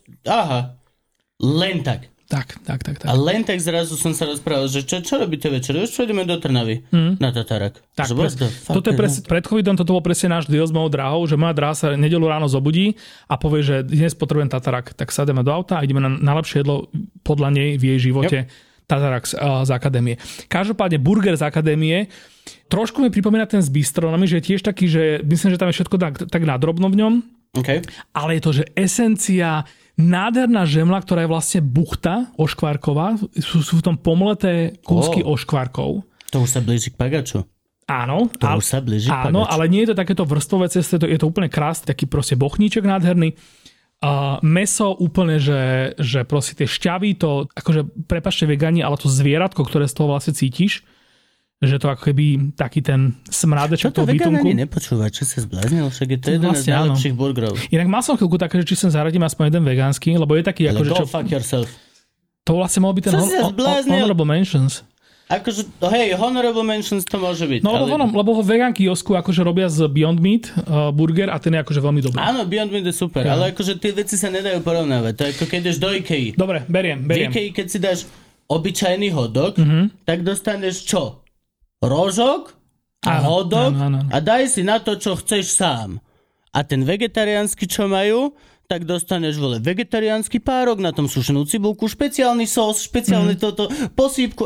Len tak. Tak. A len tak zrazu som sa rozprával, že čo robíte večer? Už ideme do Trnavy na Tatarak. Tak, toto je pred covidom, toto bol presne náš deal s mojou drahou, že moja dráha sa nedeľu ráno zobudí a povie, že dnes potrebujem Tatarak. Tak sademe do auta a ideme na najlepšie jedlo podľa nej v jej živote. Tatarak z Akadémie. Každopádne burger z Akadémie trošku mi pripomína ten s Bistronami, že je tiež taký, že myslím, že tam je všetko tak nadrobno v ňom. Okay. Ale je to, že esencia, nádherná žemla, ktorá je vlastne buchta oškvárková. Sú v tom pomleté kúsky oškvárkov. To už sa blíži k pagaču. Áno. To už sa blíži k pagaču. Áno, ale nie je to takéto vrstvové cesty, je to úplne krásny, taký proste bochníček nádherný. Meso úplne, že proste tie šťavy, to, akože prepáčte vegani, ale to zvieratko, ktoré z toho vlastne cítiš, že to ako keby taký ten smrádeček toho bytunku. Čo to vegan ani nepočúva? Čo sa zbláznil? Však je to jeden z najlepších burgerov. Inak mal som chvíľku také, že či sem zaradím aspoň jeden vegánsky, lebo je taký ale ako... go fuck yourself. To vlastne mohol byť ten honorable mentions. Akože, hej, honorable mentions to môže byť. No lebo vegan kiosku akože robia z Beyond Meat burger a ten je akože veľmi dobrý. Áno, Beyond Meat je super, ale akože tie veci sa nedajú porovnávať. To je ako keď ideš do IKEA. Dobre, beriem. V IKEA, keď si dáš obyčajný hotdog, tak dostaneš čo? Rožok a hotdog a daj si na to, čo chceš sám. A ten vegetariánsky, čo majú, tak dostaneš vegetariánsky párok, na tom sušenú cibulku, špeciálny sós, špeciálny toto, posýpku.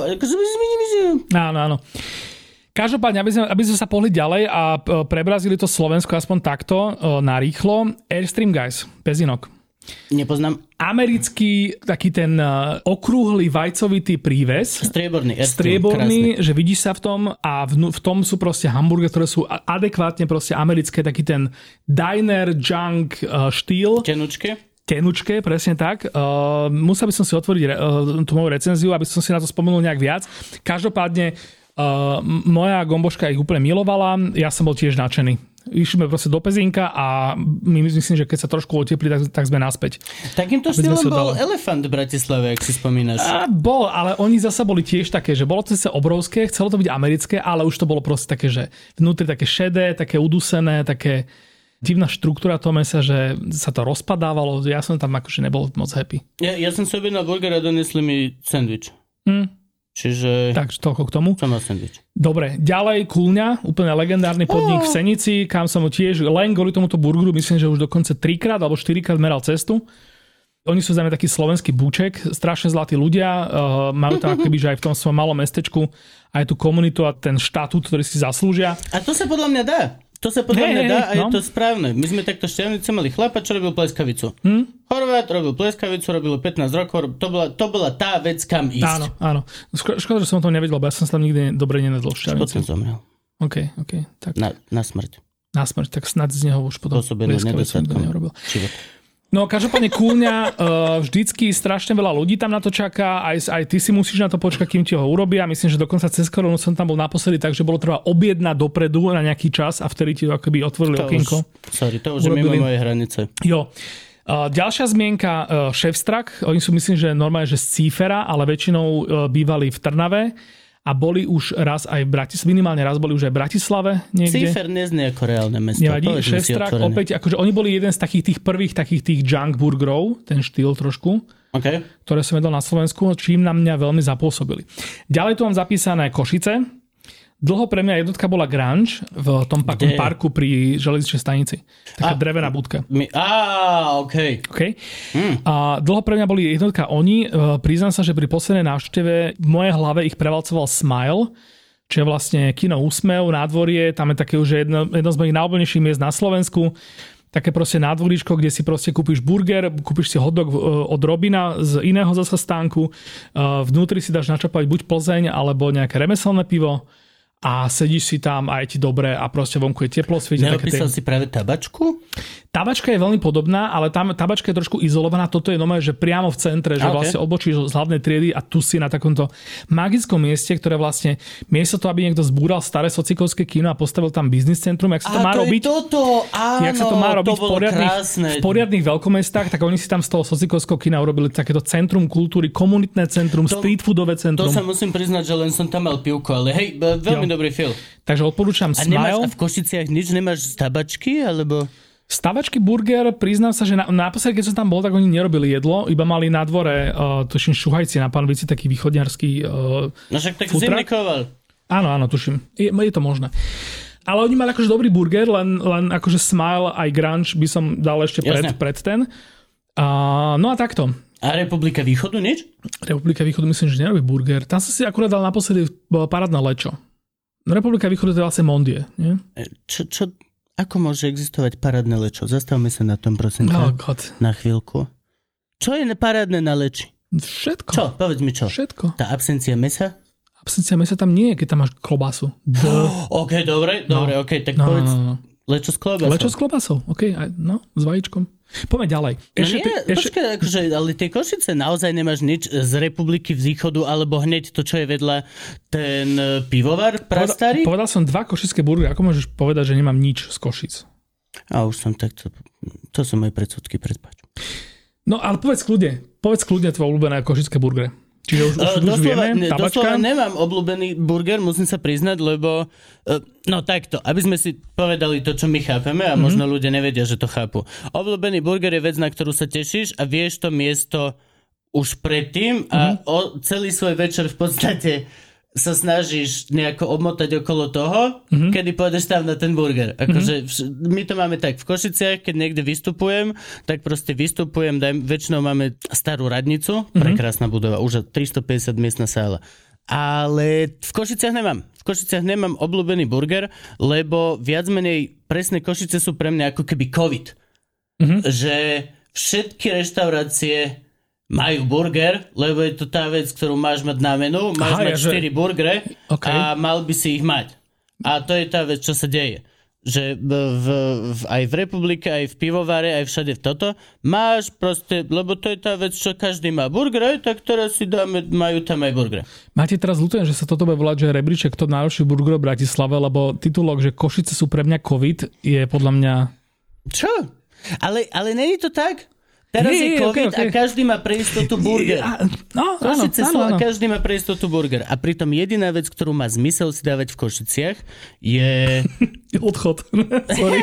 Áno. Každopádne, aby sme sa pohli ďalej a prebrazili to Slovensko aspoň takto narýchlo. Airstream Guys, Pezinok. Nepoznám. Americký taký ten okrúhly vajcovitý príves. Strieborný, že vidíš sa v tom a v tom sú proste hamburgery, ktoré sú adekvátne proste americké, taký ten diner junk štýl. Tenučké, presne tak. Musel by som si otvoriť tú moju recenziu, aby som si na to spomenul nejak viac. Každopádne moja gomboška ich úplne milovala, ja som bol tiež nadšený. Išli sme proste do Pezínka a my myslím, že keď sa trošku oteplí, tak sme naspäť. Takýmto štýlom bol Elefant v Bratislave, ak si spomínaš. Bol, ale oni zasa boli tiež také, že bolo to zase obrovské, chcelo to byť americké, ale už to bolo proste také, že vnútri také šedé, také udusené, také divná štruktúra toho mesa, že sa to rozpadávalo. Ja som tam akože nebol moc happy. Ja som si objednal burger a donesli mi sandwich. Čiže... Takže toľko k tomu. Čo má sandwich? Dobre, ďalej Kúľňa, úplne legendárny podnik v Senici, kam som tiež len kvôli tomuto burgeru, myslím, že už dokonca 3-krát alebo 4-krát meral cestu. Oni sú zrejme taký slovenský búček, strašne zlatí ľudia, majú tam akoby, že aj v tom svojom malom mestečku aj tú komunitu a ten štatút, ktorý si zaslúžia. A to sa podľa mňa dá. To sa podľa mňa dá a je to správne. My sme takto Štiavnice mali chlapa, čo robil pleskavicu. Horvát robil pleskavicu, robil 15 rokov, to bola tá vec, kam ísť. Áno. Škoda, že som to nevedel, bo ja som sa tam nikdy dobre nenedol v Štiavnici. Potom zomrel. OK. Tak. Na smrť. Na smrť, tak snad z neho už potom pleskavicu nikto neurobil. No, každopádne Kúľňa, vždycky strašne veľa ľudí tam na to čaká, aj ty si musíš na to počkať, kým ti ho urobia. Myslím, že dokonca cez koronu som tam bol naposledy, takže bolo treba objednať dopredu na nejaký čas a vtedy ti to akoby otvorili okienko. To už je mimo mojej hranice. Jo. Ďalšia zmienka, Šefstrak, oni sú myslím, že normálne, že z Cífera, ale väčšinou bývali v Trnave. A boli už raz aj v Bratislave, minimálne raz boli už aj v Bratislave niekde. Cífer neznie ako reálne mesto. Nevadí, Šefstrak, opäť, akože oni boli jeden z takých tých prvých takých tých junk burgerov, ten štýl trošku, ktoré som jedol na Slovensku, čím na mňa veľmi zapôsobili. Ďalej tu mám zapísané Košice. Dlho pre mňa jednotka bola Grange v tom parku pri železničnej stanici. Taká drevená budka. OK. A dlho pre mňa boli jednotka oni. Priznám sa, že pri poslednej návšteve v mojej hlave ich prevalcoval Smile, čo je vlastne kino Úsmev, nádvorie. Tam je také už jedno z mojich najobľúbenejších miest na Slovensku. Také proste nádvoríčko, kde si proste kúpiš burger, kúpiš si hotdog od Robina z iného zasa stánku. Vnútri si dáš načapať buď Plzeň, alebo nejaké remeselné pivo. A sedíš si tam a je ti dobre a proste vonku je teplo. Neopísal si práve tabačku? Tabačka je veľmi podobná, ale tam tabačka je trošku izolovaná. Toto je normálne, že priamo v centre, že vlastne odbočíš z hlavnej triedy a tu si na takomto magickom mieste, ktoré vlastne miesto to, aby niekto zbúral staré socikovské kino a postavil tam biznis centrum, jak sa to má robiť. Jak sa to má robiť v poriadnych veľkomestách, tak oni si tam z toho socikovského kina urobili takéto centrum kultúry, komunitné centrum, streetfoodové centrum. To sa musím priznať, že len som tam mal pivko, ale hej, veľmi dobrý film. Takže odporúčam Smile. A v Košiciach nič nemáš z tabačky, alebo... Stavačky burger, priznám sa, že naposledy, keď som tam bol, tak oni nerobili jedlo, iba mali na dvore tuším šuhajci na Panovici, taký východňarský no však tak zimnikoval. Áno, tuším. Je to možné. Ale oni mali akože dobrý burger, len akože Smile aj Grange by som dal ešte pred ten. No a takto. A Republika Východu nič? Republika Východu myslím, že nerobí burger. Tam som si akurát dal naposledy parádne lečo. Republika Východu to je vlastne Mondie, nie? Ako môže existovať parádne lečo? Zastavme sa na tom, prosím. Na chvíľku. Čo je parádne na leči? Všetko. Čo? Povedz mi čo. Všetko. Tá absencia mesa? Absencia mesa tam nie je, keď tam máš klobásu. OK, dobre, OK. Tak povedz lečo s klobásou. Lečo s klobásou, OK, s vajíčkom. Poďme ďalej. Počkaj, akože, ale tie Košice naozaj nemáš nič z Republiky Východu, alebo hneď to, čo je vedľa ten pivovar prastarý? Povedal som 2 košické burgery. Ako môžeš povedať, že nemám nič z Košic? A už som takto... To sú moje predsudky, predpač. No, ale povedz kľudne tvoje obľúbené košické burgery. Čiže už vieme, tabačka. Doslova nemám obľúbený burger, musím sa priznať, lebo takto, aby sme si povedali to, čo my chápeme a možno ľudia nevedia, že to chápu. Obľúbený burger je vec, na ktorú sa tešíš a vieš to miesto už predtým a celý svoj večer v podstate sa snažíš nejako obmotať okolo toho, kedy pôjdeš tam na ten burger. Akože my to máme tak v Košiciach, keď niekde vystupujem, tak proste vystupujem, väčšinou máme starú radnicu, prekrásna budova, už 350 miestna sála. Ale v Košiciach nemám. V Košiciach nemám obľúbený burger, lebo viac menej presne Košice sú pre mňa ako keby COVID. Že všetky reštaurácie majú burger, lebo je to tá vec, ktorú máš mať na menu, máš mať 4 burgery a mal by si ich mať. A to je tá vec, čo sa deje. Že aj v Republike, aj v pivovare, aj všade v toto máš proste, lebo to je tá vec, čo každý má burger, tak teraz si dáme, majú tam aj burger. Máte teraz ľutujem, že sa toto bude volať, že rebríček top najlepších burgerov v Bratislave, lebo titulok, že Košice sú pre mňa COVID, je podľa mňa... Čo? Ale není to tak? Teraz je COVID a každý má pre istotu burger. Košice sú a každý má pre istotu burger. A pritom jediná vec, ktorú má zmysel si dávať v Košiciach, je... Odchod. Sorry.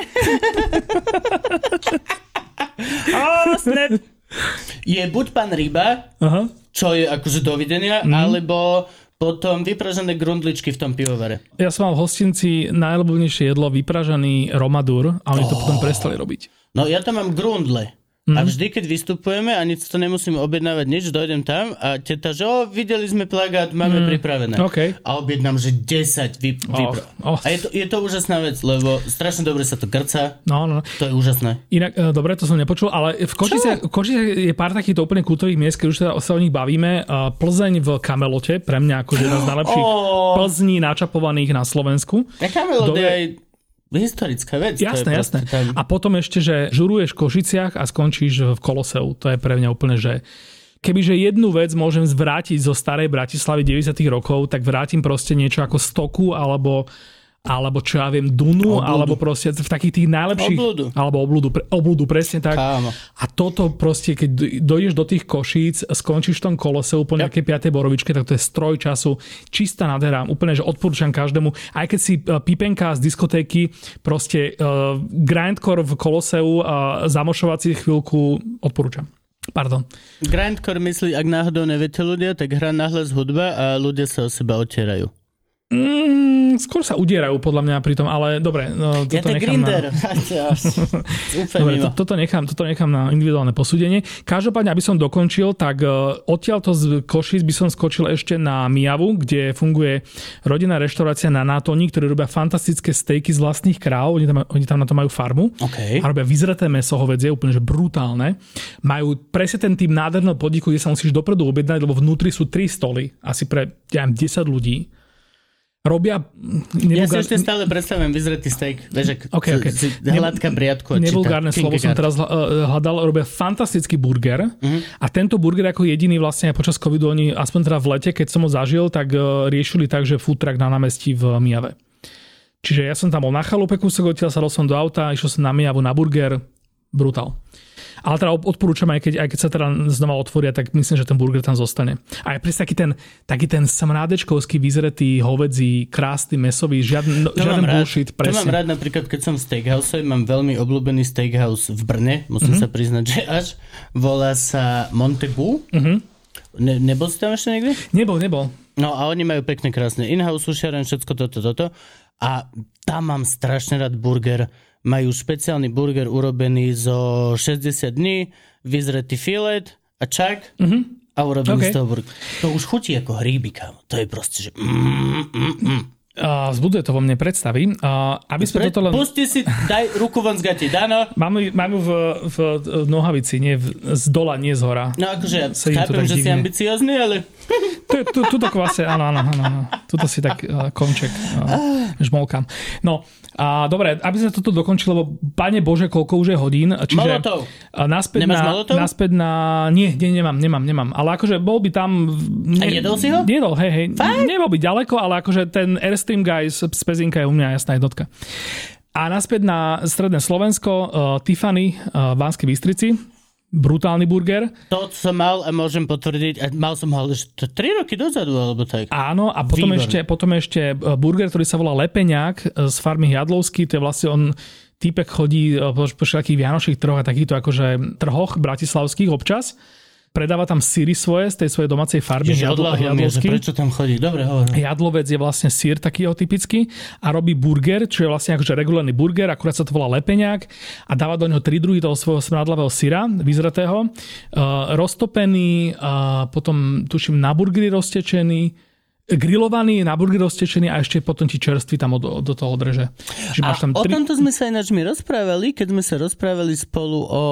Je buď pán Ryba, čo je akože dovidenia, alebo potom vypražené grundličky v tom pivovare. Ja som mal v hostinci najľubovnejšie jedlo vypražený romadur a oni to potom prestali robiť. No ja tam mám grundle. A vždy, keď vystupujeme a nic to nemusím objednávať nič, dojdem tam a teta, že videli sme plagát, máme pripravené. Okay. A objednám, že 10 A je to úžasná vec, lebo strašne dobre sa to grca. No. To je úžasné. Inak, dobre, to som nepočul, ale v Košiciach je pár takýchto úplne kultových miest, keď už sa o nich bavíme. Plzeň v Kamelote, pre mňa akože jedna z najlepších Plzní načapovaných na Slovensku. A Kamelot je aj historická vec. Jasné. Tam... A potom ešte, že žuruješ v Košiciach a skončíš v Koloseu. To je pre mňa úplne, že kebyže jednu vec môžem zvrátiť zo starej Bratislavy 90. rokov, tak vrátim proste niečo ako Stoku alebo čo ja viem, Dunu, alebo proste v takých tých najlepších... Obludu, presne tak. Kámo. A toto proste, keď dojdeš do tých Košíc, skončíš v tom Koloseu po nejakej 5. borovičke, tak to je stroj času, čistá nádhera, úplne, že odporúčam každému. Aj keď si pípenka z diskotéky, proste grindcore v Koloseu a zamošovací chvíľku odporúčam. Pardon. Grindcore myslí, ak náhodou neviete ľudia, tak hrá nahlas hudba a ľudia sa o seba otierajú. Skôr sa udierajú podľa mňa pri tom, ale dobre. Toto nechám toto nechám na individuálne posúdenie. Každopádne, aby som dokončil, tak odtiaľto z Košíc by som skočil ešte na Mijavu, kde funguje rodinná reštaurácia na Nátoni, ktorí robia fantastické stejky z vlastných kráv. Oni tam na to majú farmu. Okay. A robia vyzreté mäso, hovädzie, úplne že brutálne. Majú presne ten typ nádherného podniku, kde sa musíš dopredu objednať, lebo vnútri sú 3 stoly, asi pre 10 ľudí. Robia... Ja si ešte stále predstavujem vyzretý steak. Vieš, hladká briadko. Nevulgárne slovo som teraz hľadal. Robia fantastický burger. A tento burger ako jediný vlastne počas covidu oni, aspoň teda v lete, keď som ho zažil, tak riešili tak, že food truck na námestí v Mijave. Čiže ja som tam bol na chalupe kúsok, odtiaľ sadol som do auta, išiel som na Mijavu na burger. Brutál. Ale teda odporúčam, aj keď sa teda znova otvoria, tak myslím, že ten burger tam zostane. A je presne taký ten smrádečkovský vyzretý hovedzí, krásny, mesový, žiaden bullshit. Presne. To mám rád napríklad, keď som v steakhouse, mám veľmi obľúbený steakhouse v Brne, musím sa priznať, že až volá sa Montagu. Nebol si tam ešte niekde? Nebol. No a oni majú pekne krásne in-house, sušiareň, všetko toto. A tam mám strašne rád burger. Majú špeciálny burger urobený zo 60 dní, vyzretý filet a čak a urobený z toho burger. To už chutí ako hríby, kámo. To je proste, že... Zbuduje to vo mne predstavy. Pusti si, daj ruku von z gati, Dano. Mám ju v nohavici, nie z dola, nie z hora. No akože ja chápem, že si ambiciózny, ale... Tuto kvase, áno. Tuto si tak konček žmolkám. No, a dobre, aby sme toto dokončili, lebo pane Bože, koľko už je hodín. Čiže Molotov. Nemáš Molotov? Naspäť na... Nie, nemám. Ale akože bol by tam... A jedol si ho? Jedol, hej. Nebol by ďaleko, ale akože ten Airstream guy z Pezinka je u mňa jasná jednotka. A naspäť na stredné Slovensko, Tiffany v Banskej Bystrici. Brutálny burger. To som mal a môžem potvrdiť, a mal som ho 3 roky dozadu, alebo tak. Áno, a potom ešte burger, ktorý sa volá Lepeňák z farmy Jadlovský, to je vlastne týpek chodí po všetkých vianočných trhoch a takýchto akože trhoch bratislavských občas. Predáva tam syry svoje z tej svojej domácej farby. Jadlovský. Prečo tam chodí? Dobre, hovor. Jadlovec je vlastne syr takýho typický a robí burger, čo je vlastne akože regulárny burger, akurát sa to volá Lepeňák a dáva do neho 3 druhy toho svojho smradlavého syra, vyzretého, roztopený, potom tuším na burgery roztečený, grillovaný, na burgery roztečený a ešte potom ti čerstvý tam do toho drže. Máš tam o tomto sme sa ináč my rozprávali, keď sme sa rozprávali spolu o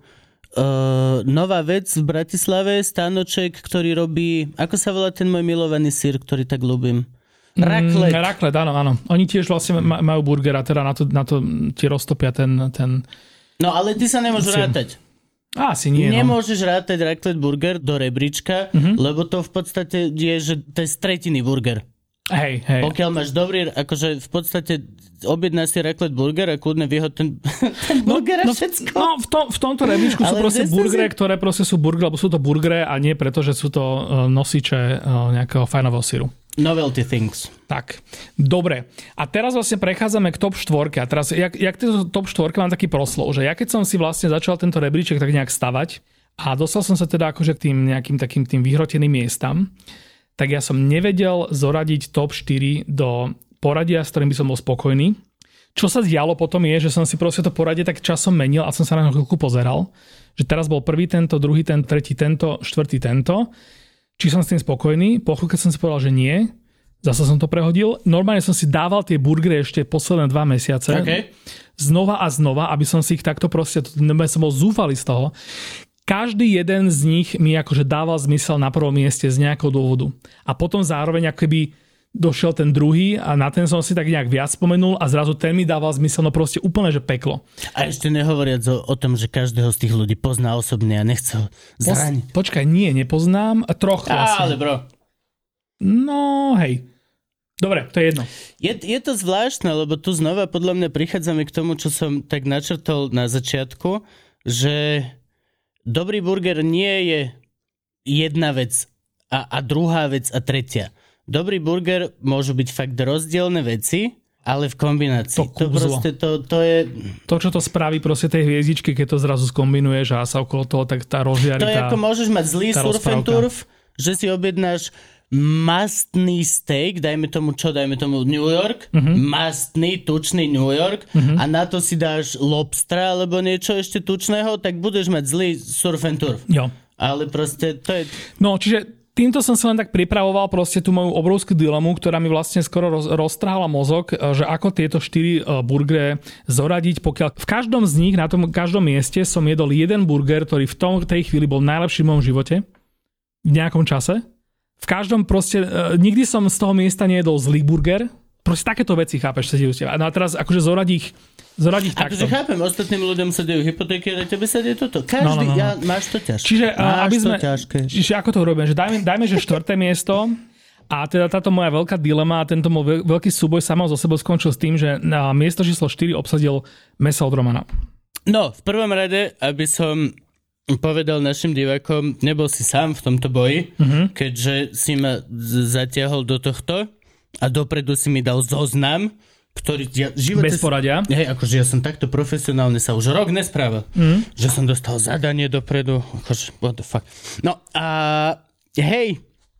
nová vec v Bratislave, stánoček, ktorý robí, ako sa volá ten môj milovaný syr, ktorý tak ľúbim? Raclette, áno. Oni tiež vlastne majú burgera, teda na to ti roztopia ten... No ale ty sa nemôžeš rátať. Asi nie. Nemôžeš rátať raclette burger do rebríčka, lebo to v podstate je, že to je stretiny burger. Hej. Pokiaľ máš dobrý, akože v podstate objednáš si raclette burger a kľudne vyhod ten burger a všetko. No, v tomto rebríčku sú proste burgery, ktoré proste sú burgery, lebo sú to burgery a nie preto, že sú to nosiče nejakého fajnového syru. Novelty things. Tak, dobre. A teraz vlastne prechádzame k top 4. A teraz, jak tieto top 4 mám taký proslov, že ja keď som si vlastne začal tento rebríček tak nejak stavať a dostal som sa teda akože k tým nejakým takým tým vyhroteným miestam, tak ja som nevedel zoradiť top 4 do poradia, s ktorým by som bol spokojný. Čo sa dialo potom je, že som si proste to poradie tak časom menil a som sa na chvíľku pozeral, že teraz bol prvý tento, druhý tento, tretí tento, štvrtý tento. Či som s tým spokojný? Po chvíľke som si povedal, že nie. Zase som to prehodil. Normálne som si dával tie burgery ešte posledné 2 mesiace. Okay. Znova a znova, aby som si ich takto proste, som bol zúfalý z toho. Každý jeden z nich mi akože dával zmysel na prvom mieste z nejakého dôvodu. A potom zároveň ako keby došiel ten druhý a na ten som si tak nejak viac spomenul a zrazu ten mi dával zmysel, no proste úplne, že peklo. A ešte nehovoriac o tom, že každého z tých ľudí pozná osobne a nechce ho zraniť. Počkaj, nie, nepoznám. Troch vlastne. Ale bro. No, hej. Dobre, to je jedno. Je to zvláštne, lebo tu znova podľa mňa prichádzame k tomu, čo som tak načrtol na začiatku, že dobrý burger nie je jedna vec a druhá vec a tretia. Dobrý burger môžu byť fakt rozdielne veci, ale v kombinácii. To je... To, čo to spraví proste tej hviezdičky, keď to zrazu skombinuješ a sa okolo toho, tak tá rozžiari. To je ako môžeš mať zlý surf and turf, že si objednáš mastný steak, dajme tomu New York, mastný, tučný New York a na to si dáš lobstra alebo niečo ešte tučného, tak budeš mať zlý surf and turf. Jo. Ale proste to je... No, čiže týmto som sa len tak pripravoval proste tú moju obrovskú dilemu, ktorá mi vlastne skoro roztrhala mozog, že ako tieto 4 burgery zoradiť, pokiaľ v každom z nich, na tom každom mieste som jedol jeden burger, ktorý v tej chvíli bol najlepší v mojom živote v nejakom čase. V každom proste, nikdy som z toho miesta nejedol zlý burger. Proste takéto veci, chápeš, sa dejú. No a teraz akože zoradiť takto. Akože chápem, ostatným ľuďom sa dejú hypotéky, ale tebe sa deje toto. Každý, máš to ťažké. Čiže ako to robíme? Že dajme, že 4. miesto a teda táto moja veľká dilema a tento môj veľký súboj samo zo sebou skončil s tým, že na miesto číslo 4 obsadil mäso od Romana. No, v prvom rade, aby som povedal našim divákom, nebol si sám v tomto boji, keďže si ma zatiahol do tohto a dopredu si mi dal zoznam, ktorý bez poradia. Hej, akože ja som takto profesionálne sa už rok nesprával. Že som dostal zadanie dopredu. Akože, what the fuck. No a hej,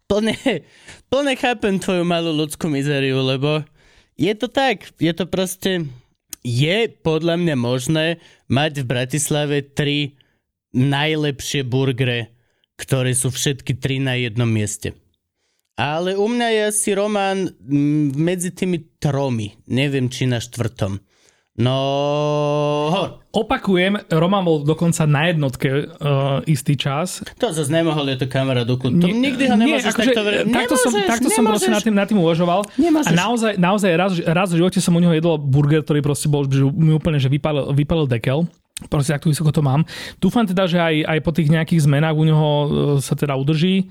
plne chápem tvoju malú ľudskú mizériu, lebo je to tak. Je to proste... Je podľa mňa možné mať v Bratislave 3 najlepšie burgery, ktoré sú všetky 3 na jednom mieste. Ale u mňa je asi Roman medzi tými 3. Neviem, či na 4. No... Opakujem, Roman bol dokonca na jednotke istý čas. To zase nemohol, je to kamarát Ukut. Nikdy ho nemôžeš takto veriť. Takto som proste nad tým uvažoval. Nemôžeš. A naozaj raz v živote som u neho jedol burger, ktorý proste bol, že mi úplne že vypálil dekel. Proste takto vysoko to mám. Dúfam teda, že aj po tých nejakých zmenách u neho sa teda udrží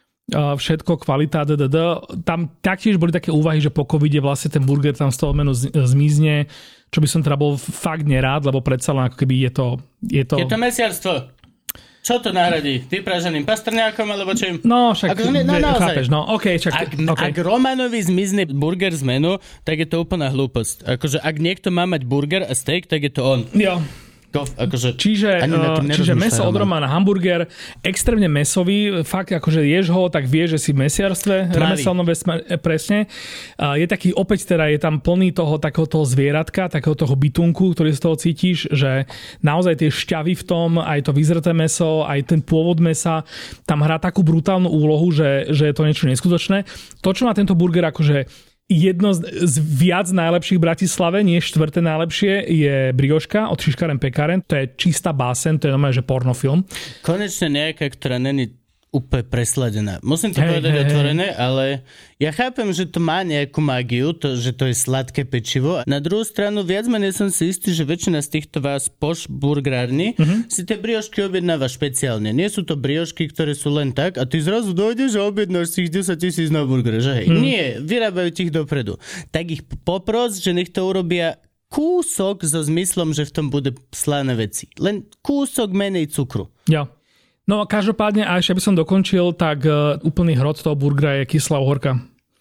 všetko, kvalita, Tam taktiež boli také úvahy, že po covide vlastne ten burger tam z toho menu zmizne, čo by som teda bol fakt nerád, lebo predsa len ako keby je to... Je to mesiarstvo. Čo to nahradí? Vypraženým pastrňákom, alebo čím? No, však chápeš, no, okej. Ak Romanovi zmizne burger z menu, tak je to úplná hlúposť. Akože ak niekto má mať burger a steak, tak je to on. Jo. Akože, čiže mäso od Romana, hamburger, extrémne mäsový, fakt akože ješ ho, tak vie, že si v mesiarstve, remeselnové presne. Je taký, opäť teda je tam plný toho takého toho zvieratka, takého toho bytunku, ktorý z toho cítiš, že naozaj tie šťavy v tom, aj to vyzreté mäso, aj ten pôvod mäsa, tam hrá takú brutálnu úlohu, že je to niečo neskutočné. To, čo má tento burger akože jedno z viac najlepších v Bratislave, nie 4. najlepšie, je brioška od Šiškaren Pekáren. To je čistá básen, to je normálne, že pornofilm. Konečne nejaká, ktorá není úplne presladená. Musím to povedať otvorené, ale ja chápem, že to má nejakú mágiu, že to je sladké pečivo. Na druhú stranu viac menej som si istý, že väčšina z týchto vás poš burgerárni si tie briošky objednáva špeciálne. Nie sú to briošky, ktoré sú len tak a ty zrazu dojdeš a objednáš si ich 10 000 na burger, že hej. Nie, vyrábajú ti ich dopredu. Tak ich popros, že nech to urobia kúsok so zmyslom, že v tom bude slané veci. Len kúsok menej cukru. Ja. No každopádne, a ešte by som dokončil, tak úplný hrot toho burgera je kyslá uhorka.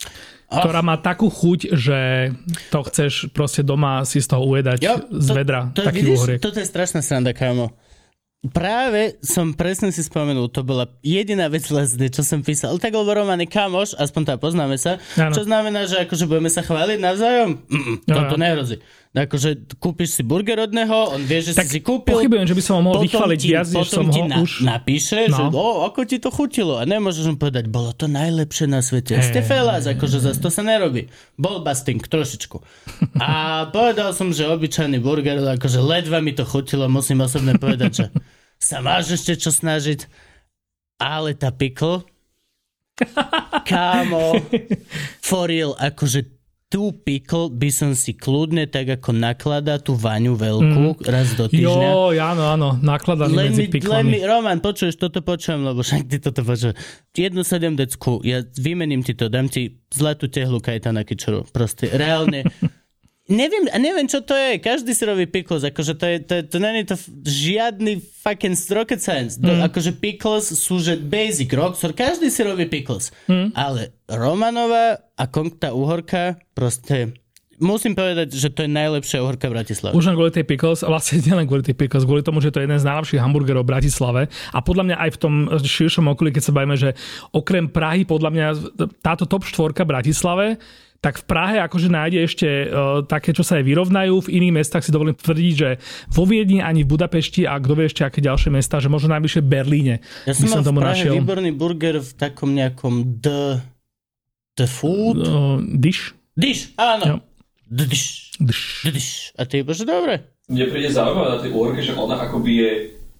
Ktorá má takú chuť, že to chceš proste doma si z toho ujedať z vedra. Taký uhoriek. Toto je strašná sranda, kámo. Práve som presne si spomenul, to bola jediná vec vlastne, čo som písal. Tak lebo Roman je kamoš, aspoň tá poznáme sa, čo znamená, že akože budeme sa chváliť navzájom? To nehrozí. Akože kúpiš si burger od neho, on vie, že tak si kúpil. Pochybujem, že by som ho mohol vychváliť viac, než som ho už... napíše, že ako ti to chutilo. A nemôžeš mu povedať, bolo to najlepšie na svete. Stefelás, akože zase to sa nerobí. Bol busting trošičku. A povedal som, že obyčajný burger, akože ledva mi to chutilo, musím osobne povedať, že sa máš ešte čo snažiť, ale tá pickle, kámo, for real, akože tú pickle by som si kľudne tak ako nakladá tú vaňu veľkú raz do týždňa. Jo, áno, nakladaný medzi piklami. Roman, počuješ, toto počujem, lebo však ty toto počuješ. 1,7 decku, ja vymením ti to, dám ti zlatú tehlu Kajtana Kičuru. Proste, reálne. Neviem, čo to je. Každý si robí pickles. Akože to není to žiadny fucking rocket science. Akože pickles sú že basic rockstar. Každý si robí pickles. Ale Romanová a tá uhorka proste... Musím povedať, že to je najlepšia uhorka v Bratislave. Už len kvôli tej pickles, vlastne nielen kvôli tej pickles, kvôli tomu, že to je jeden z najlepších hamburgerov v Bratislave. A podľa mňa aj v tom širšom okolí, keď sa bavíme, že okrem Prahy, podľa mňa táto top 4 v Bratislave, tak v Prahe akože nájde ešte také, čo sa aj vyrovnajú. V iných mestách si dovolím tvrdiť, že vo Viedni ani v Budapešti a kto vie ešte aké ďalšie mestá, že možno najbližšie v Berlíne. Ja som mal v Prahe výborný burger v takom nejakom The Food? Dish, áno. Dish. A ty bože, dobre. Mne príde zaujímavé na tej uhorke, že ona akoby je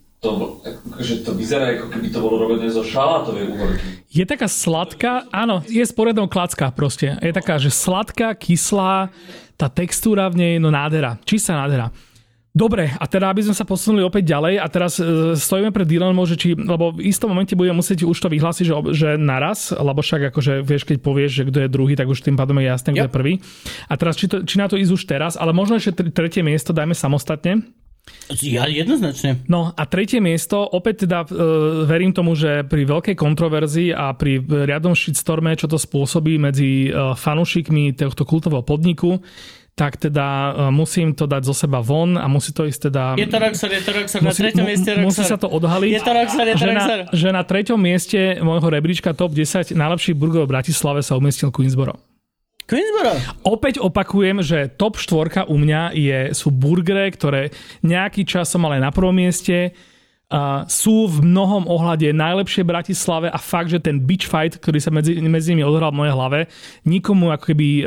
že to vyzerá, ako keby to bolo robené zo šalátovej uhorky. Je taká sladká, áno, je s poriadnou klacka proste. Je taká, že sladká, kyslá, tá textúra v nej, no nádhera, čistá nádhera. Dobre, a teda, aby sme sa posunuli opäť ďalej a teraz stojíme pred dilemou, že lebo v istom momente budeme musieť už to vyhlásiť, že naraz, lebo však akože vieš, keď povieš, že kto je druhý, tak už tým pádom je jasné, kto je prvý. A teraz, či na to ísť už teraz, ale možno ešte tretie miesto dajme samostatne. Ja jednoznačne. No a tretie miesto, opäť teda verím tomu, že pri veľkej kontroverzii a pri riadnom shitstorme, čo to spôsobí medzi fanúšikmi tohto kultového podniku, tak teda musím to dať zo seba von a musí to ísť teda... Je to Rockstar, na treťom mieste Rockstar. Musí sa to odhaliť. Je to Rockstar. Že na treťom mieste môjho rebríčka top 10 najlepších burgerov v Bratislave sa umiestnil Queensboro. Opäť opakujem, že top 4 u mňa sú burgery, ktoré nejaký čas som mal aj na prvom mieste. Sú v mnohom ohľade najlepšie v Bratislave a fakt, že ten beach fight, ktorý sa medzi nimi odohral v mojej hlave, nikomu ako keby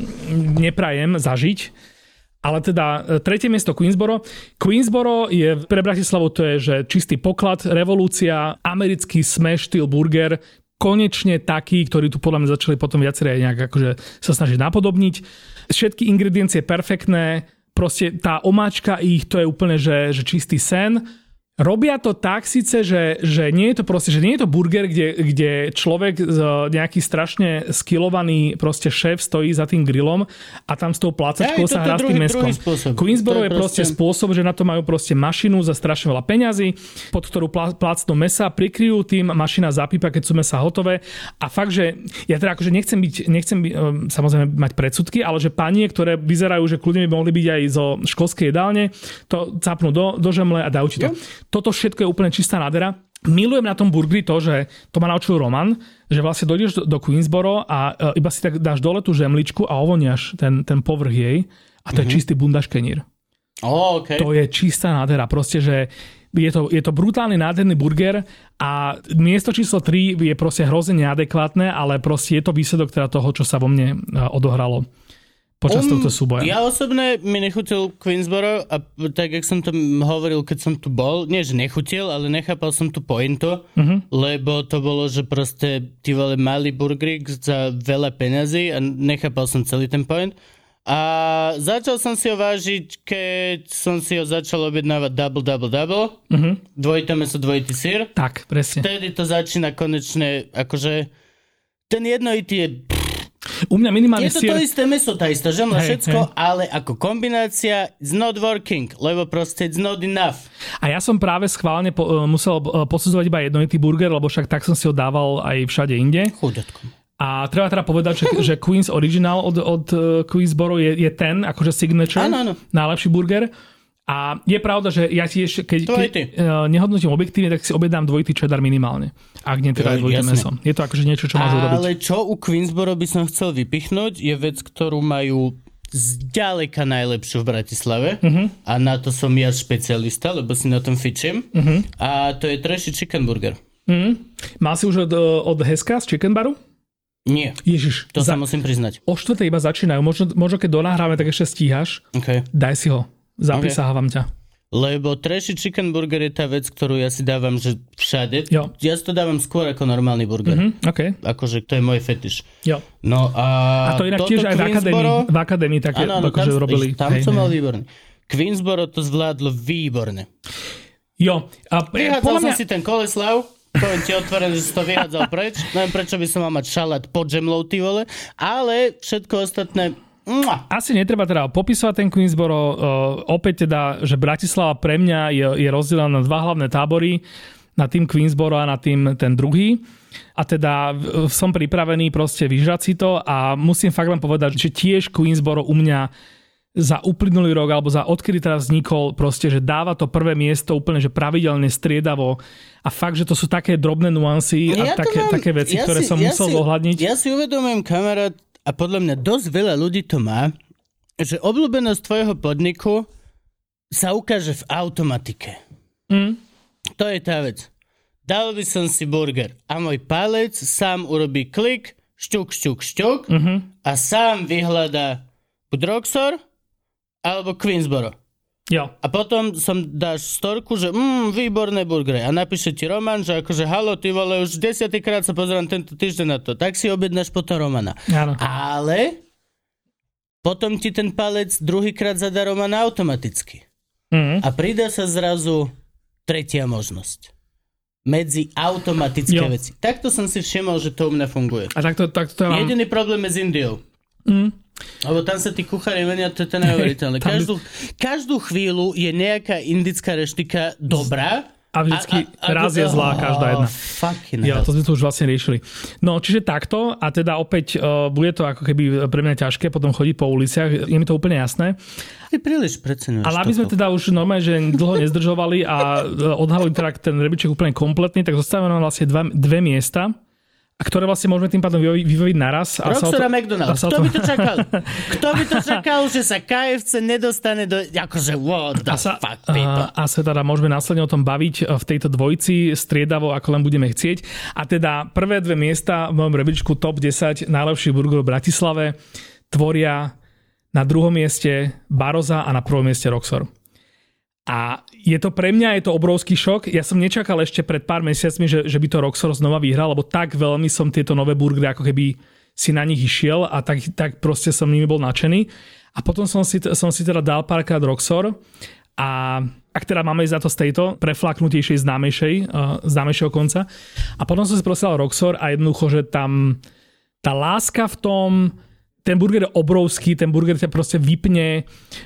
neprajem zažiť. Ale teda tretie miesto Queensboro. Queensboro je pre Bratislavu to je, že čistý poklad, revolúcia, americký smash style burger, konečne taký, ktorí tu podľa mňa začali potom viaceré nejak akože sa snažiť napodobniť. Všetky ingrediencie perfektné, proste tá omáčka ich, to je úplne, že čistý sen. Robia to tak síce, že nie je to proste, že nie je to burger, kde človek, nejaký strašne skillovaný proste šéf stojí za tým grillom a tam s tou plácačkou sa hrá s tým mäskom. Queensboro je proste spôsob, že na to majú proste mašinu za strašne veľa peňazí, pod ktorú plácnú mesa, prikryjú tým, mašina zapípa, keď sú mesa hotové. A fakt, že ja teda akože nechcem byť samozrejme mať predsudky, ale že panie, ktoré vyzerajú, že kľudne by mohli byť aj zo školskej jedálne, to capnú do žemle a dajú ti to. Toto všetko je úplne čistá nádhera. Milujem na tom burgeri to, že to ma naučil Roman, že vlastne dojdeš do Queensboro a iba si tak dáš dole tú žemličku a ovoniaš ten povrch jej a to je čistý bundaškenír. Okay. To je čistá nádhera. Proste, že je to brutálny nádherný burger a miesto číslo 3 je proste hrozne neadekvátne, ale proste je to výsledok teda toho, čo sa vo mne odohralo počas tohto súboja. Ja osobne mi nechutil Queensboro a tak, jak som to hovoril, keď som tu bol, nie, že nechutil, ale nechápal som tu pointu, lebo to bolo, že proste ty vole malý burgerik za veľa peňazí a nechápal som celý ten point. A začal som si ho vážiť, keď som si ho začal objednávať double. Dvojité mäso, dvojitý syr. Tak, presne. Vtedy to začína konečne, akože ten jednoitý je... U mňa minimálne je to isté mäso, tá istá žemla, všetko, ale ako kombinácia it's not working, lebo proste it's not enough. A ja som práve schválne musel posudzovať iba jednotý burger, lebo však tak som si ho dával aj všade inde. Chudotko. A treba teda povedať, že Queen's Original od Queensboro je ten, akože signature, áno. najlepší burger. A je pravda, že ja tiež, keď nehodnotím objektívne, tak si objednám dvojitý cheddar minimálne. Ak nie teda aj dvojité mäso. Je to akože niečo, čo môžu robiť. Ale čo u Queensboro by som chcel vypichnúť, je vec, ktorú majú zďaleka najlepšiu v Bratislave. A na to som ja špecialista, lebo si na tom fičím. A to je trashy chicken burger. Mal si už od Heska z Chicken Baru? Nie. Ježiš. To sa musím priznať. O 4 iba začínajú. Možno keď donahráme, tak ešte stíhaš. Okay. Daj si ho. Zaprisahávam ťa. Lebo trashy chicken burger je tá vec, ktorú ja si dávam, že všade. Jo. Ja si to dávam skôr ako normálny burger. Okay. Akože to je môj fetiš. Jo. No a to inak tiež aj v akadémii také akože robili. Tam som mal výborný. Queensboro to zvládlo výborne. Jo. Vyhádzal som si ten Koleslav, poviem ti otvorené, že si to vyhádzal preč. Neviem, prečo by som mal mať šalát pod žemlou, ty vole. Ale všetko ostatné... Asi netreba teda popisovať ten Queensboro. Opäť teda, že Bratislava pre mňa je rozdelená na dva hlavné tábory. Na tým Queensboro a na tým ten druhý. A teda som pripravený proste vyžrať si to a musím fakt len povedať, že tiež Queensboro u mňa za uplynulý rok, alebo za odkedy teraz vznikol, proste, že dáva to prvé miesto úplne, že pravidelne striedavo a fakt, že to sú také drobné nuancy a také veci, ktoré som musel zohľadniť. Ja si uvedomujem, kamarát, a podľa mňa dosť veľa ľudí to má, že obľúbenosť tvojho podniku sa ukáže v automatike. To je tá vec. Dal by som si burger a môj palec sám urobí klik, šťuk, šťuk, šťuk a sám vyhľadá buď Roxor alebo Queensboro. Jo. A potom dáš storku, že výborné burgery a napíše ti Roman, že akože halo, ty vole, už 10-krát sa pozerám tento týždeň na to, tak si objednáš potom Romana. Áno. Ale potom ti ten palec druhýkrát zadá Romana automaticky. A pridá sa zrazu tretia možnosť. Medzi automatické veci. Takto som si všimol, že to u mňa funguje. A takto ja mám... Jediný problém je s Indiou. Lebo tam sa tí kuchári menia, to je neuveriteľné. Každú chvíľu je nejaká indická reštika dobrá a vždycky raz je zlá každá jedna. Ja, to sme tu už vlastne riešili. No, čiže takto a teda opäť bude to ako keby pre mňa ťažké potom chodiť po uliciach, je mi to úplne jasné. Ty príliš preceňuješ. Ale aby sme teda už normálne, že dlho nezdržovali a odhalili teda ten rebríček úplne kompletný, tak zostávame nám vlastne dve miesta, a ktoré vlastne môžeme tým pádom vybaviť naraz. Roxor a McDonald's. Kto by to čakal? Kto by to čakal, že sa KFC nedostane do... Akože, what the fuck, people? A sa teda môžeme následne o tom baviť v tejto dvojici striedavo, ako len budeme chcieť. A teda prvé dve miesta v mojom rebríčku top 10 najlepších burgerov v Bratislave tvoria na druhom mieste Baroza a na prvom mieste Roxor. A je to pre mňa je to obrovský šok. Ja som nečakal ešte pred pár mesiacmi, že by to Roxor znova vyhral, lebo tak veľmi som tieto nové burgery ako keby si na nich išiel a tak proste som nimi bol nadšený. A potom som si teda dal párkrát Roxor a ak teda máme ísť za to z tejto preflaknutejšej známejšieho konca. A potom som si prosil Roxor a jednoducho, že tam tá láska v tom, ten burger je obrovský, ten burger ťa proste vypne,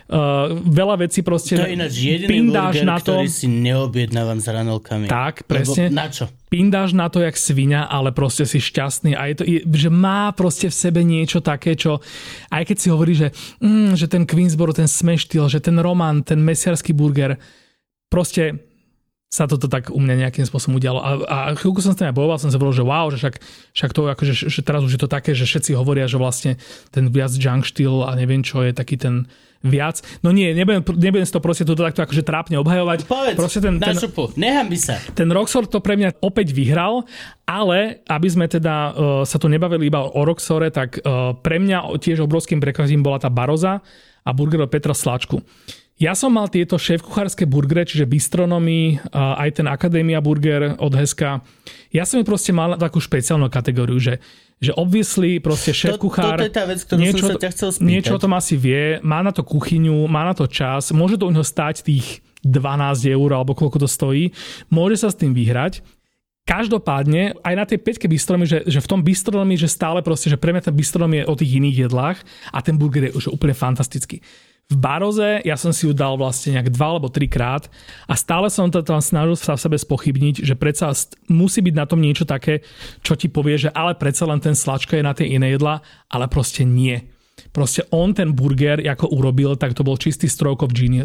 veľa vecí proste to je ináč jediný burger, na to, ktorý si neobjednávam s ranolkami. Tak, presne. Lebo na čo? Pindáš na to jak sviňa, ale proste si šťastný a je to, že má proste v sebe niečo také, čo aj keď si hovorí, že ten Queensboro, ten smash styl, že ten Roman, ten mesiarský burger, proste sa toto tak u mňa nejakým spôsobom udialo. A chvíľku som s tým aj bojoval, som sa povedal, že wow, že však to akože, že teraz už je to také, že všetci hovoria, že vlastne ten viac junk štýl a neviem čo je taký ten viac. No nie, nebudem si to proste toto takto akože trápne obhajovať. Povedz, na šupu, nehambi sa. Ten Roxor to pre mňa opäť vyhral, ale aby sme teda sa tu nebavili iba o Roxore, tak pre mňa tiež obrovským prekvapím bola tá Baroza a burger od Petra Slačku. Ja som mal tieto šéfkuchárske burgery, čiže Bistronomy, aj ten Akadémia burger od Heska. Ja som proste mal takú špeciálnu kategóriu, že obviously proste šéfkuchár toto je tá vec, ktorú som sa ťa chcel spýtať. Niečo o tom asi vie, má na to kuchyňu, má na to čas, môže to u neho stáť tých 12 eur alebo koľko to stojí, môže sa s tým vyhrať. Každopádne, aj na tej 5-ke Bistronomy, že v tom Bistronomy, že stále proste, že pre mňa ten Bistronomy je o tých iných jedlách a ten burger je už úplne fantastický. V Baroze ja som si ju dal vlastne nejak 2 alebo 3 krát a stále som to tam snažil sa v sebe spochybniť, že predsa musí byť na tom niečo také, čo ti povie, že ale predsa len ten Slačka je na tej iné jedla, ale proste nie. Proste on ten burger, ako urobil, tak to bol čistý stroke of genius.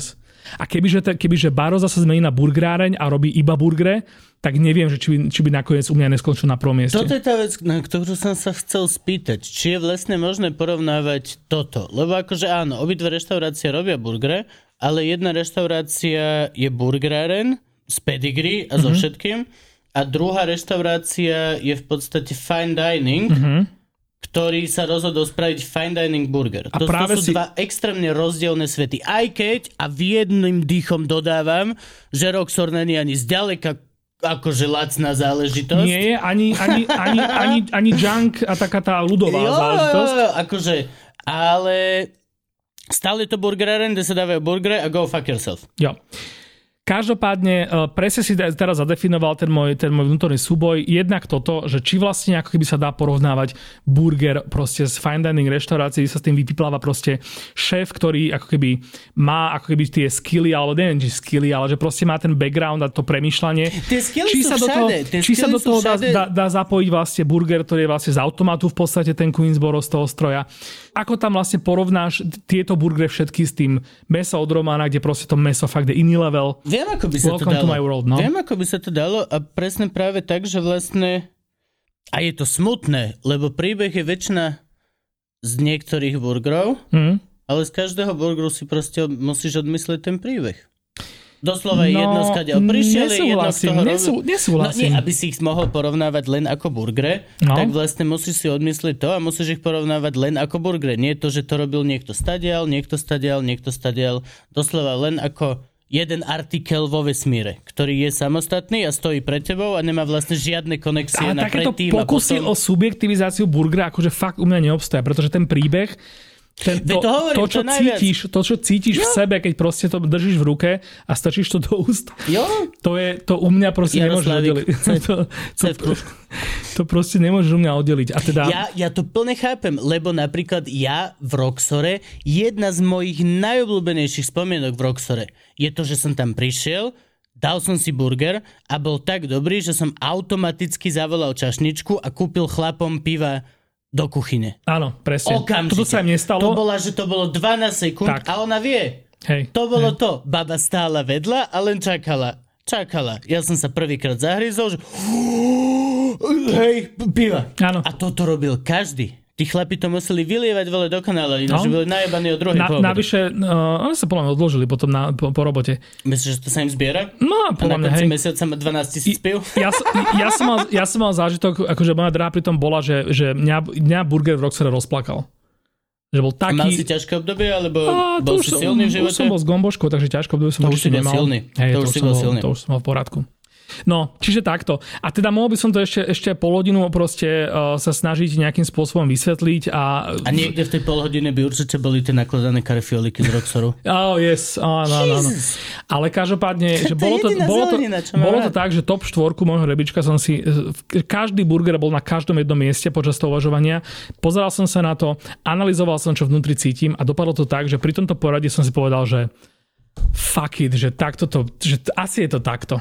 A kebyže Baro zase zmení na burgeráreň a robí iba burgere, tak neviem, že či by nakoniec u mňa neskončil na prvom mieste. Toto je tá vec, na ktorú som sa chcel spýtať. Či je vlastne možné porovnávať toto? Lebo akože áno, obidve reštaurácie robia burgere, ale jedna reštaurácia je burgeráreň s pedigree a so všetkým a druhá reštaurácia je v podstate fine dining, ktorý sa rozhodol spraviť fine dining burger. To sú dva extrémne rozdielne svety. Aj keď, a v jedným dýchom dodávam, že Roxor není ani zďaleka akože lacná záležitosť. Nie je ani junk a taká tá ľudová záležitosť. Akože, ale stále je to burgeráren, kde sa dávajú burgery a go fuck yourself. Jo. Každopádne, presne si teraz zadefinoval ten môj vnútorný súboj. Jednak toto, že či vlastne ako keby sa dá porovnávať burger proste z fine dining reštaurácií, sa s tým vypipláva proste šéf, ktorý ako keby má ako keby tie skilly, alebo neviem, či skilly, ale že proste má ten background a to premýšľanie. Tie skilly sú všade. Či sa do toho dá zapojiť vlastne burger, ktorý je vlastne z automatu v podstate ten Queensboro z toho stroja. Ako tam vlastne porovnáš tieto burgery všetky s tým meso od Romana, kde proste to meso fakt je iný level. Viem, ako by sa Welcome to dalo. To my world, no? Viem, ako by sa to dalo a presne práve tak, že vlastne a je to smutné, lebo príbeh je väčšina z niektorých burgerov, ale z každého burgeru si proste musíš odmyslieť ten príbeh. Doslova jedno skadiaľ prišiel, jedno z toho nesúhlasím. No nie, aby si ich mohol porovnávať len ako burgere, tak vlastne musíš si odmyslieť to a musíš ich porovnávať len ako burgere. Nie to, že to robil niekto stadiaľ, niekto stadiaľ, doslova len ako jeden artikel vo vesmíre, ktorý je samostatný a stojí pred tebou a nemá vlastne žiadne konexie na predtým. Ale takéto pokusy o subjektivizáciu burgera akože fakt u mňa neobstoja, pretože ten príbeh to, čo cítiš v sebe, keď proste to držíš v ruke a strčíš to do úst, to u mňa proste nemôžeš oddeliť. To proste nemôžeš u mňa oddeliť. A teda... Ja to plne chápem, lebo napríklad ja v Roxore, jedna z mojich najobľúbenejších spomienok v Roxore je to, že som tam prišiel, dal som si burger a bol tak dobrý, že som automaticky zavolal čašničku a kúpil chlapom piva do kuchyne. Áno, presne. Okamžite. Toto sa im nestalo. To bolo 12 sekúnd tak. A ona vie. Hej, to bolo to. Baba stála vedľa a len čakala. Ja som sa prvýkrát zahryzol, že hej, piva. Áno. A toto robil každý. Tí chlapi to museli vylievať veľa do kanála, ináč boli najebaní od druhej po obede. Navyše, oni sa podľa mňa odložili potom po robote. Myslíš, že to sa im zbiera? No, podľa mňa, hej. A na konci mesiaca má 12 000 piv? Ja som mal zážitok, akože moja drahá pri tom bola, že mňa burger v Roxore rozplakal. Že bol taký... Mal si ťažké obdobie, alebo bol si silný v živote? Už som bol s gomboškou, takže ťažké obdobie som určite nemal. To už si bol silný. To už som mal v poriadku. No, čiže takto. A teda mohol by som to ešte pol hodinu proste sa snažiť nejakým spôsobom vysvetliť a niekde v tej pol hodine by určite boli tie nakladané karefioliky z Roxoru. Oh, yes. Áno. Ale každopádne, že bolo to tak, že top 4 môjho rebríčka som si... Každý burger bol na každom jednom mieste počas toho uvažovania. Pozeral som sa na to, analyzoval som, čo vnútri cítim a dopadlo to tak, že pri tomto poradí som si povedal, že fuck it, že asi je to takto.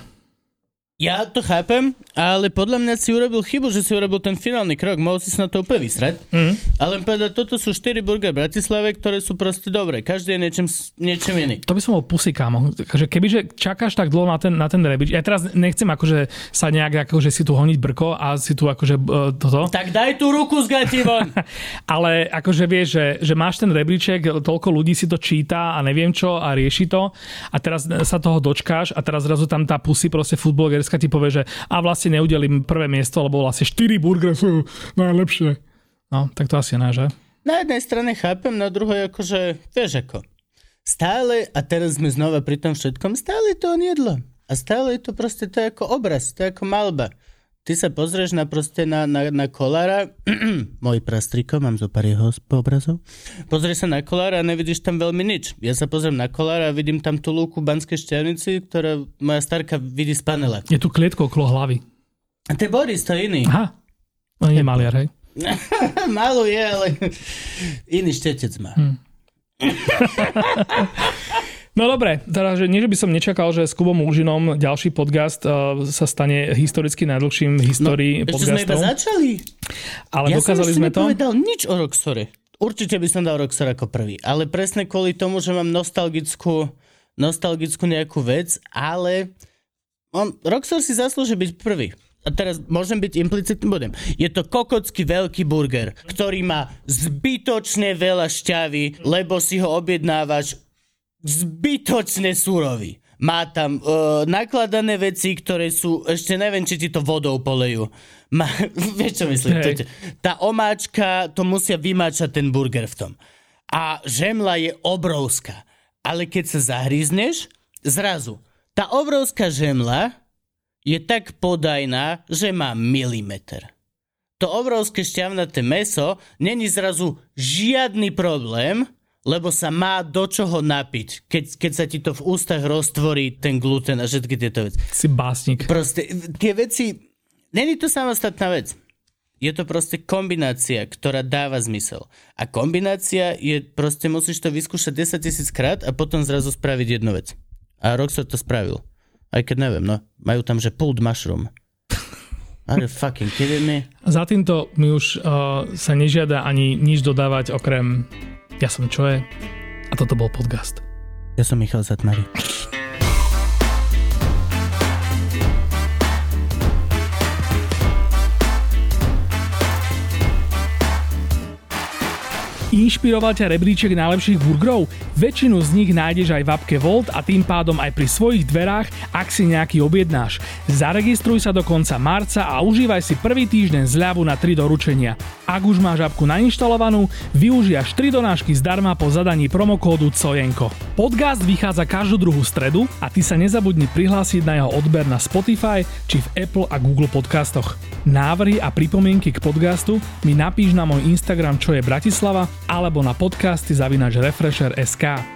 Ja to chápem, ale podľa mňa si urobil chybu, že si urobil ten finálny krok. Mohol si sa na to úplne vysrať. Ale povedať, toto sú 4 burgery v Bratislave, ktoré sú proste dobré. Každý je niečím iný. To by som bol pusy, kámo. Takže kebyže čakáš tak dlho na ten rebríč, ja teraz nechcem akože sa nejak akože si tu honiť brko a si tu akože toto. Tak daj tú ruku z gati von. Ale akože vieš, že máš ten rebríček, toľko ľudí si to číta a neviem čo a rieši to a teraz sa toho dočkáš a teraz zrazu tam tá pusy proste futbol ti povie, že a vlastne neudelím prvé miesto, lebo vlastne 4 burgery sú najlepšie. No, tak to asi ne, že? Na jednej strane chápem, na druhej akože, vieš ako. Stále, a teraz sme znova pri tom všetkom, stále to on jedlo. A stále je to proste, to je ako obraz, to je ako malba. Ty sa pozrieš na kolára, môj prastriko, mám zo pár jeho obrazov, pozrieš sa na kolára a nevidíš tam veľmi nič. Ja sa pozriem na kolára a vidím tam tú lúku v Banskej Štiavnici, ktorá moja starka vidí z panela. Je tu klietko okolo hlavy. A to je Boris, to je iný. Aha, on je maliar, hej? Málo je, ale iný štetec má. No dobre, teda, že nie, že by som nečakal, že s Kubom Ulžinom ďalší podcast sa stane historicky najdlhším v histórii podcastov. Ešte sme iba začali. Ale dokázali sme to. Ja som ešte nepovedal nič o Roxore. Určite by som dal Roxore ako prvý, ale presne kvôli tomu, že mám nostalgickú nostalgickú nejakú vec, ale Rockstar si zaslúži byť prvý. A teraz môžem byť implicitný, budem. Je to kokocký veľký burger, ktorý má zbytočne veľa šťavy, lebo si ho objednávaš zbytočne surový. Má tam nakladané veci, ktoré sú, ešte neviem, či ti to vodou polejú. Vieš, čo myslím? Tá omáčka, to musia vymáčať ten burger v tom. A žemla je obrovská. Ale keď sa zahrízneš, zrazu. Tá obrovská žemla je tak podajná, že má milimeter. To obrovské šťavnaté mäso není zrazu žiadny problém, lebo sa má do čoho napiť, keď sa ti to v ústach roztvorí ten gluten a všetky tieto veci. Si básnik. Proste tie veci, není to samostatná vec. Je to proste kombinácia, ktorá dáva zmysel. A kombinácia je proste, musíš to vyskúšať 10 000 krát a potom zrazu spraviť jednu vec. A Rockstar to spravil. Aj keď neviem, no. Majú tam, že pulled mushroom. Are you fucking kidding me? Za týmto mi už sa nežiada ani nič dodávať, okrem ja som čo je a toto bol podcast. Ja som Michal Zatmari. Inšpiroval ťa rebríček najlepších burgerov? Väčšinu z nich nájdeš aj v appke Volt a tým pádom aj pri svojich dverách, ak si nejaký objednáš. Zaregistruj sa do konca marca a užívaj si prvý týždeň zľavu na 3 doručenia. Ak už máš appku nainštalovanú, využij až 3 donášky zdarma po zadaní promokódu COJENKO. Podcast vychádza každú druhú stredu a ty sa nezabudni prihlásiť na jeho odber na Spotify či v Apple a Google podcastoch. Návrhy a pripomienky k podcastu mi napíš na môj Instagram, čo je Bratislava, alebo na podcasty @refresher.sk.